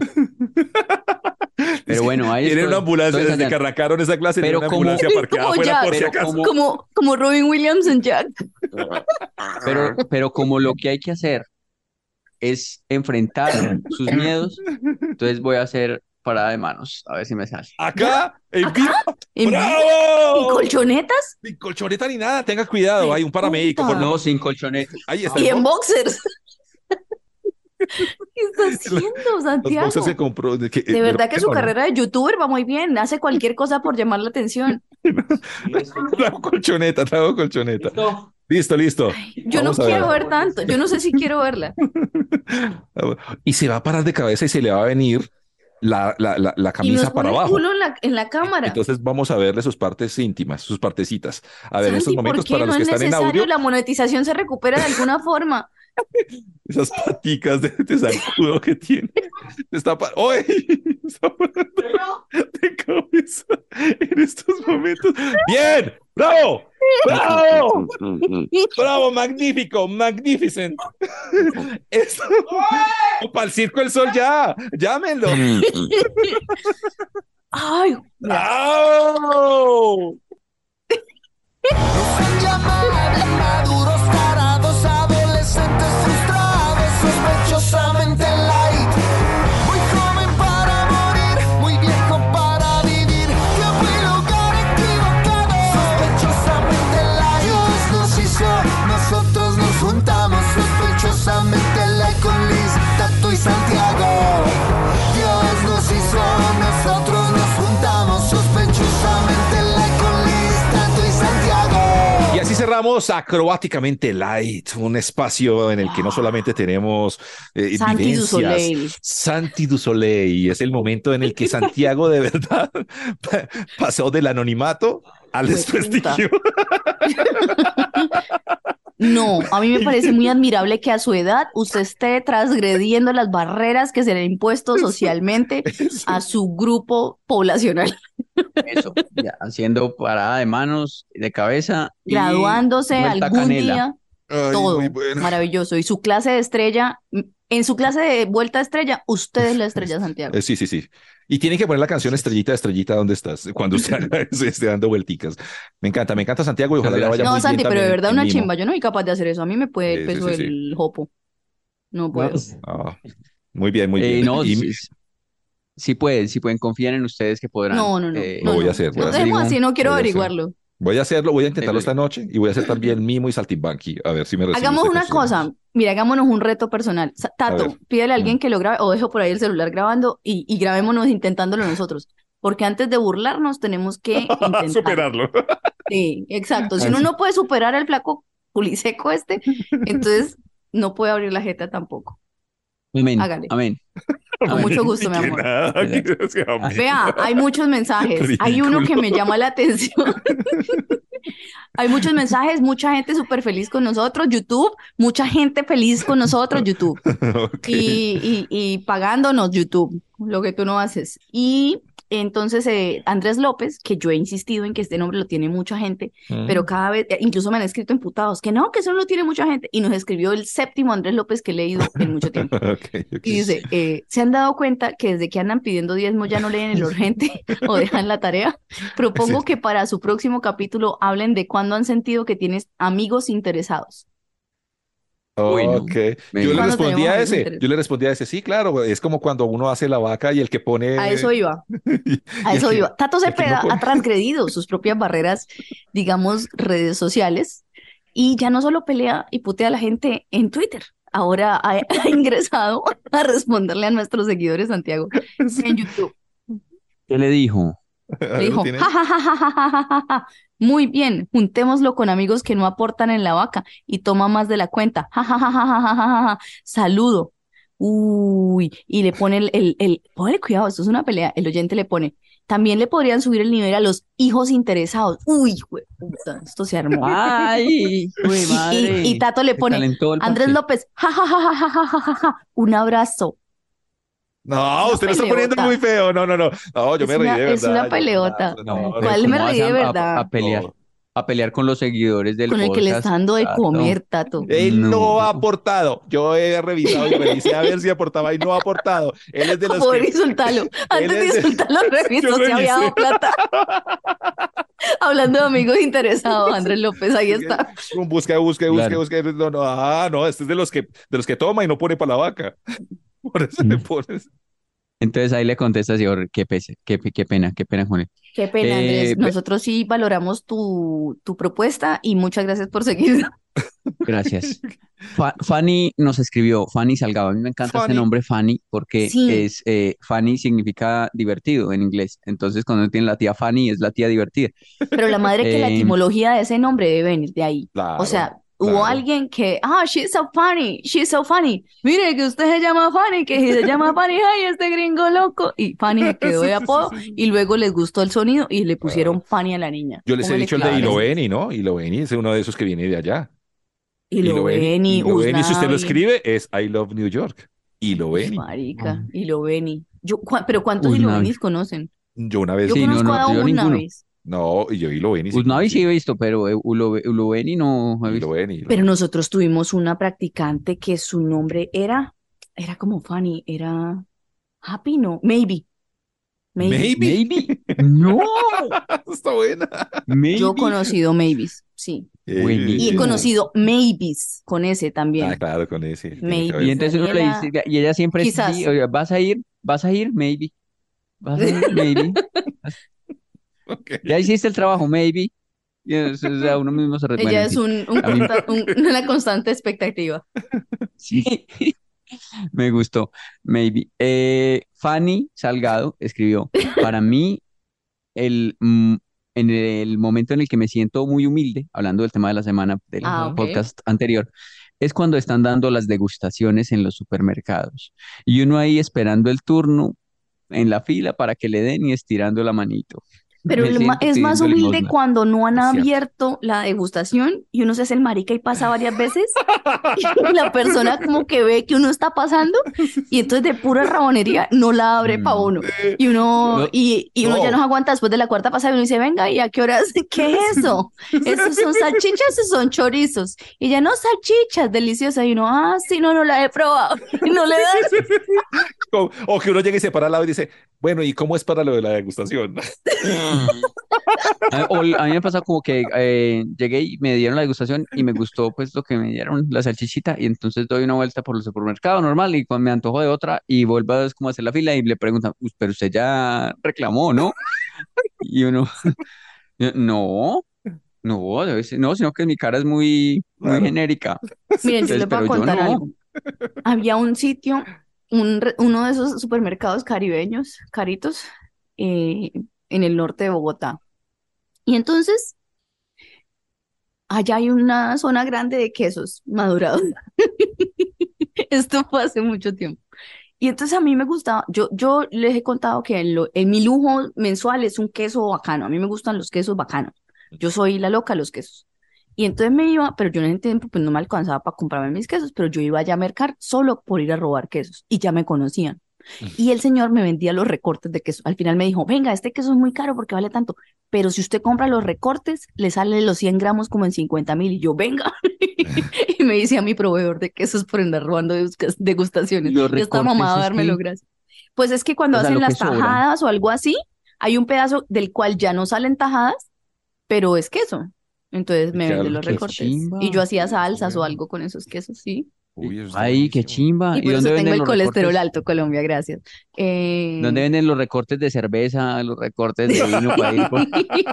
Es pero que bueno, ahí tienen una estoy, estoy ambulancia, desde que ensayando. arrancaron esa clase, tienen Pero una como, ambulancia parqueada Como afuera Jack, por si pero acaso. como, como, como Robin Williams en Jack. Pero, pero como lo que hay que hacer es enfrentar sus miedos, entonces voy a hacer parada de manos, a ver si me sale. Acá, en ¿Acá? vivo. ¿En vivo? ¡Bravo! ¿Y colchonetas? Sin colchoneta ni nada, tenga cuidado, hay un paramédico. puta. por- No, sin colchoneta. Ahí está. Y el en bo- boxers. ¿Qué está haciendo, Los Santiago? boxers que compró. De, que- De de verdad que su Roquero, ¿no? carrera de youtuber va muy bien. Hace cualquier cosa por llamar la atención. Trago colchoneta, trago colchoneta. Listo. Listo, listo. Yo Vamos no a quiero ver. ver tanto. Yo no sé si quiero verla. Y se va a parar de cabeza y se le va a venir la, la, la, la Y nos camisa para pone el abajo. culo en la, en la cámara. Entonces vamos a verle sus partes íntimas, sus partecitas. A ver, en estos Santi, ¿por momentos, qué para no los que es están en necesario? audio, La monetización se recupera de alguna forma. esas paticas de, de zancudo que tiene. Está pa- ¡Oye! Está parando de cabeza en estos momentos. ¡Bien! ¡Bravo! ¡Bravo! ¡Bravo! ¡Magnífico! ¡Magnificent! Esto... ¡Para el Circo del Sol ya! ¡Llámenlo! Ay, ¡Bravo! Nos han llamado inmaduros, tarados, adolescentes frustrados, sospechosamente light. Muy joven para morir, muy viejo para vivir. Tiempo y lugar equivocado, sospechosamente light. Dios nos hizo, nosotros nos juntamos, sospechosamente light con Liz, Tato y Santiago. Dios nos hizo, nosotros nos juntamos, sospechosamente light con Liz, Tato y Santiago. Y así cerramos Acrobáticamente Light, un espacio en el que no solamente tenemos eh, Santi du vivencias, Soleil. Santi du Soleil, es el momento en el que Santiago de verdad pa- pasó del anonimato al Hueputa. desprestigio. no, a mí me parece muy admirable que a su edad usted esté transgrediendo las barreras que se le han impuesto socialmente a su grupo poblacional, Eso, ya, haciendo parada de manos, de cabeza y graduándose vuelta algún canela. día, Ay, todo muy bueno. maravilloso. Y su clase de estrella, en su clase de vuelta a estrella, usted es la estrella, Santiago. Eh, Sí, sí, sí. Y tienen que poner la canción Estrellita, Estrellita, ¿dónde estás? Cuando usted haga eso, esté dando vuelticas. Me encanta, me encanta Santiago y ojalá le vaya No, muy bien Santi, pero de también verdad en una Mimo. chimba. Yo no soy capaz de hacer eso. A mí me puede el Sí, sí, peso sí, sí. del jopo. No puedo. Ah, muy bien, muy Eh, bien. no, Y sí, sí pueden, sí pueden, confían en ustedes que podrán. No, no, no. eh, Lo no, voy a no. hacer, voy No a hacer. dejemos así, no quiero Voy a hacer. averiguarlo. voy a hacerlo, voy a intentarlo Eh, esta noche y voy a hacer también Mimo y Saltimbanqui. A ver si me recibe Hagamos usted con una sus cosa. hermanos. Mira, hagámonos un reto personal. Sa- A Tato, ver. pídele a alguien Mm. que lo grabe o dejo por ahí el celular grabando y, y grabémonos intentándolo nosotros. Porque antes de burlarnos tenemos que intentar. Superarlo. Sí, exacto. Si Ah, uno sí. no puede superar al flaco culiseco este, entonces no puede abrir la jeta tampoco. Amén, Hágale. amén. Con amén. mucho gusto, mi Que amor. nada, que sea amén. Vea, hay muchos mensajes. Hay uno que me llama la atención. Hay muchos mensajes, mucha gente súper feliz con nosotros. YouTube, mucha gente feliz con nosotros, YouTube. Ok. Y, y, y pagándonos YouTube, lo que tú no haces. Y entonces eh, Andrés López, que yo he insistido en que este nombre lo tiene mucha gente, Mm. pero cada vez, eh, incluso me han escrito emputados, que no, que eso no lo tiene mucha gente. Y nos escribió el séptimo Andrés López que he leído en mucho tiempo. Ok, ok. Y dice, eh, ¿se han dado cuenta que desde que andan pidiendo diezmo ya no leen el urgente o dejan la tarea? Propongo Sí. que para su próximo capítulo hablen de cuándo han sentido que tienes amigos interesados. Uy, no. Ok. Me- Yo le ¿Cuándo respondí tenemos a amigos ese. interesados? Yo le respondí a ese. Sí, claro, güey, es como cuando uno hace la vaca y el que pone. A eso iba. y A el eso que- iba. Tato el que no Cepeda pone. ha transgredido sus propias barreras, digamos, redes sociales, y ya no solo pelea y putea a la gente en Twitter, ahora ha, ha ingresado a responderle a nuestros seguidores, Santiago, en YouTube. ¿Qué le dijo? A ver, Le ¿lo dijo, tienes? ja, ja, ja, ja, ja, ja, ja, ja, ja. Muy bien, juntémoslo con amigos que no aportan en la vaca y toma más de la cuenta. Ja, ja, ja, ja, ja, ja, ja, ja, ja. Saludo. Uy, y le pone el, el, el, ponle cuidado, esto es una pelea. El oyente le pone, también le podrían subir el nivel a los hijos interesados. Uy, puta, esto se armó. ¡Ay! ¡Uy, Y, madre! y, y Tato le Se pone, calentó el Andrés pastel. López, ja, ja, ja, ja, ja, ja, ja, ja, un abrazo. No, Una usted lo está poniendo peleota. muy feo. No, no, no. No, yo Es me reí una- de es verdad. una yo- peleota. No, no, ¿Cuál no, me ¿Cómo reí vas de a- a- verdad? a pelear? no. a pelear con los seguidores del Con el que le está podcast. dando de Tato. comer, Tato. Él no No. ha aportado. Yo he revisado y revisé a ver si aportaba y no ha aportado. Él es de los Por que... insultarlo. Antes de es de- insultarlo, revisó Yo si había revisé. dado plata. Hablando de amigos interesados, Andrés López, ahí está. Un busca, busca, busca, Claro. busca. No, no, ah, no, este es de los que, de los que toma y no pone para la vaca. Por eso le pones. Entonces ahí le contesta, señor, qué pese, qué, pe- qué pena, qué pena con él. Qué pena, Andrés. Eh, ve- Nosotros sí valoramos tu, tu propuesta y muchas gracias por seguirnos. Gracias. Fa- Fanny nos escribió, Fanny Salgado. A mí me encanta este Fanny. nombre, Fanny, porque Sí. es eh, Fanny significa divertido en inglés. Entonces, cuando uno tiene la tía Fanny, es la tía divertida. Pero la madre que la Eh, etimología de ese nombre debe venir de ahí. Claro, O sea, hubo claro. alguien que, ah, she's so funny, she's so funny. Mire que usted se llama Fanny, que se llama Fanny, ay, este gringo loco. Y Fanny se quedó Sí, de sí, sí, apodo sí, sí. y luego les gustó el sonido y le pusieron Fanny a la niña. Yo les he Póngale dicho el de cuidado. claro. Iloveni, ¿no? Iloveni es uno de esos que viene de allá. Y lo ven y Iloveni, si usted lo Usnavi. escribe, es I love New York. Uf, Iloveni. marica, y lo ven Yo, cua- pero ¿cuántos Usnavi. Ilovenis conocen? Yo una vez. Yo Sí, no, conozco no, a yo una ninguno. vez. No, y yo Iloveni sí. Usnavi sí sí. he visto, pero eh, Ulo- Uloveni no he visto. Iloveni. Pero nosotros tuvimos una practicante que su nombre era, era como Fanny, era Happy, no, Maybe. Maybe. Maybe. Maybe. No, Está buena. maybe. Yo he conocido Maybes, sí. Y he Buenísimo. conocido Maybes con ese también. Ah, claro, con ese. Tiene que Maybe. Y haber. entonces uno le Daniela, dice, y ella siempre es quizás. sí, oiga, ¿vas a ir? ¿Vas a ir? Maybe. ¿Vas a ir? Maybe. Ok. Ya hiciste el trabajo, maybe. Y es- o sea, uno mismo se re- bueno, Ella en es fin. un, un A mí- consta- un- una constante expectativa. Sí, me gustó. Maybe. Eh, Fanny Salgado escribió, para mí, el, mm, en el momento en el que me siento muy humilde, hablando del tema de la semana del Ah, ok. podcast anterior, es cuando están dando las degustaciones en los supermercados. Y uno ahí esperando el turno en la fila para que le den y estirando la manito. Pero Me lo ma- siento es más pidiendo humilde limosna. cuando no han Es cierto. abierto la degustación y uno se hace el marica y pasa varias veces. Y la persona como que ve que uno está pasando y entonces de pura rabonería no la abre para Mm. uno. Y uno, No. y, y uno ya No. no aguanta después de la cuarta pasada y uno dice, venga, ¿y a qué horas? ¿Qué es eso? ¿Esos son salchichas o son chorizos? Y ya no, salchichas, deliciosas. Y uno, ah, sí, no, no la he probado. Y no le das. O, o que uno llegue y se para al lado y dice, bueno, ¿y cómo es para lo de la degustación? A, o- a mí me pasa como que eh, llegué y me dieron la degustación y me gustó pues lo que me dieron, la salchichita, y entonces doy una vuelta por el supermercado normal y cuando me antojo de otra y vuelvo a como a hacer la fila y le preguntan, "Uy, pero usted ya reclamó, ¿no?" Y uno, no, no, debe ser- no, sino que mi cara es muy, muy Claro. genérica. Miren, yo Entonces, les voy pero a yo contar no. algo. Había un sitio, un, re- uno de esos supermercados caribeños, caritos, eh, en el norte de Bogotá. Y entonces, allá hay una zona grande de quesos madurados. Esto fue hace mucho tiempo. Y entonces a mí me gustaba, yo, yo les he contado que en, lo- en mi lujo mensual es un queso bacano. A mí me gustan los quesos bacanos. Yo soy la loca de los quesos. Y entonces me iba, pero yo en ese tiempo pues no me alcanzaba para comprarme mis quesos, pero yo iba allá a mercar solo por ir a robar quesos y ya me conocían. Y el señor me vendía los recortes de queso. Al final me dijo, venga, este queso es muy caro porque vale tanto, pero si usted compra los recortes, le sale los cien gramos como en cincuenta mil. Y yo, venga. Y me dice a mi proveedor de quesos por andar robando degus- degustaciones. Los Yo estaba recortes mamada a es dármelo, que, gracias. Pues es que cuando o sea, hacen lo que las sobra. tajadas o algo así, hay un pedazo del cual ya no salen tajadas, pero es queso. Entonces Y me queda vende el los Qué queso. recortes. Y chimba. yo hacía Uy, está salsas o bueno. algo con esos quesos, sí. Uy, eso está Ay, qué buenísimo. chimba. Y ¿Y por eso dónde tengo venden el los colesterol recortes? alto, Colombia, gracias. Eh, ¿Dónde venden los recortes de cerveza, los recortes de vino para ir con...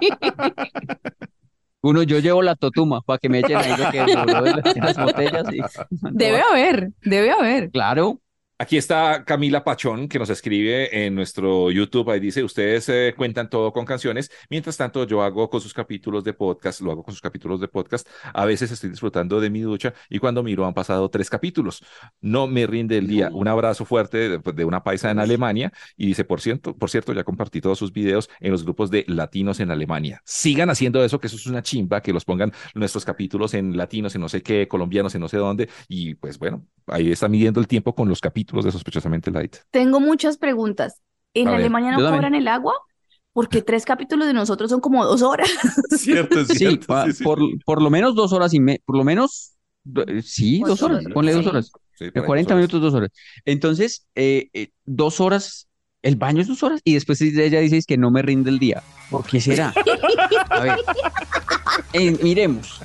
Uno, yo llevo la totuma para que me echen ahí lo que sobró de las, de las botellas y Debe haber, debe haber. claro. Aquí está Camila Pachón, que nos escribe en nuestro YouTube. Ahí dice, ustedes eh, cuentan todo con canciones. Mientras tanto, yo hago con sus capítulos de podcast, lo hago con sus capítulos de podcast. A veces estoy disfrutando de mi ducha y cuando miro han pasado tres capítulos. No me rinde el día. Un abrazo fuerte de, pues, de una paisa en Alemania. Y dice, por cierto, por cierto, ya compartí todos sus videos en los grupos de latinos en Alemania. Sigan haciendo eso, que eso es una chimba, que los pongan nuestros capítulos en latinos, en no sé qué, colombianos, en no sé dónde. Y pues bueno, ahí está midiendo el tiempo con los capítulos de Sospechosamente Light. Tengo muchas preguntas. ¿En A ver, Alemania yo no también. cobran el agua? Porque tres capítulos de nosotros son como dos horas. Cierto, es Sí, cierto. pa- sí, sí. por, por lo menos dos horas y media, por lo menos, do- eh, sí, Pues dos sí, horas, ponle dos sí. horas, Sí, de por ahí, cuarenta dos horas. minutos, dos horas. Entonces, eh, eh, dos horas, el baño es dos horas y después ella dice es que no me rinde el día. ¿Por qué será? A ver, eh, miremos.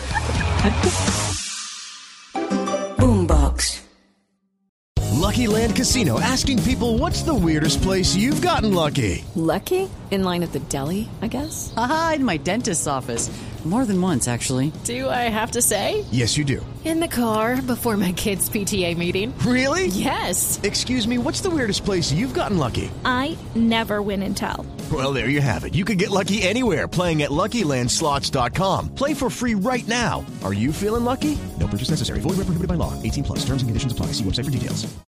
Boombox. Lucky Land Casino, asking people, what's the weirdest place you've gotten lucky? Lucky? In line at the deli, I guess? Aha, in my dentist's office. More than once, actually. Do I have to say? Yes, you do. In the car before my kids' P T A meeting. Really? Yes. Excuse me, what's the weirdest place you've gotten lucky? I never win and tell. Well, there you have it. You can get lucky anywhere, playing at Lucky Land Slots dot com. Play for free right now. Are you feeling lucky? No purchase necessary. Void where prohibited by law. eighteen plus. Terms and conditions apply. See website for details.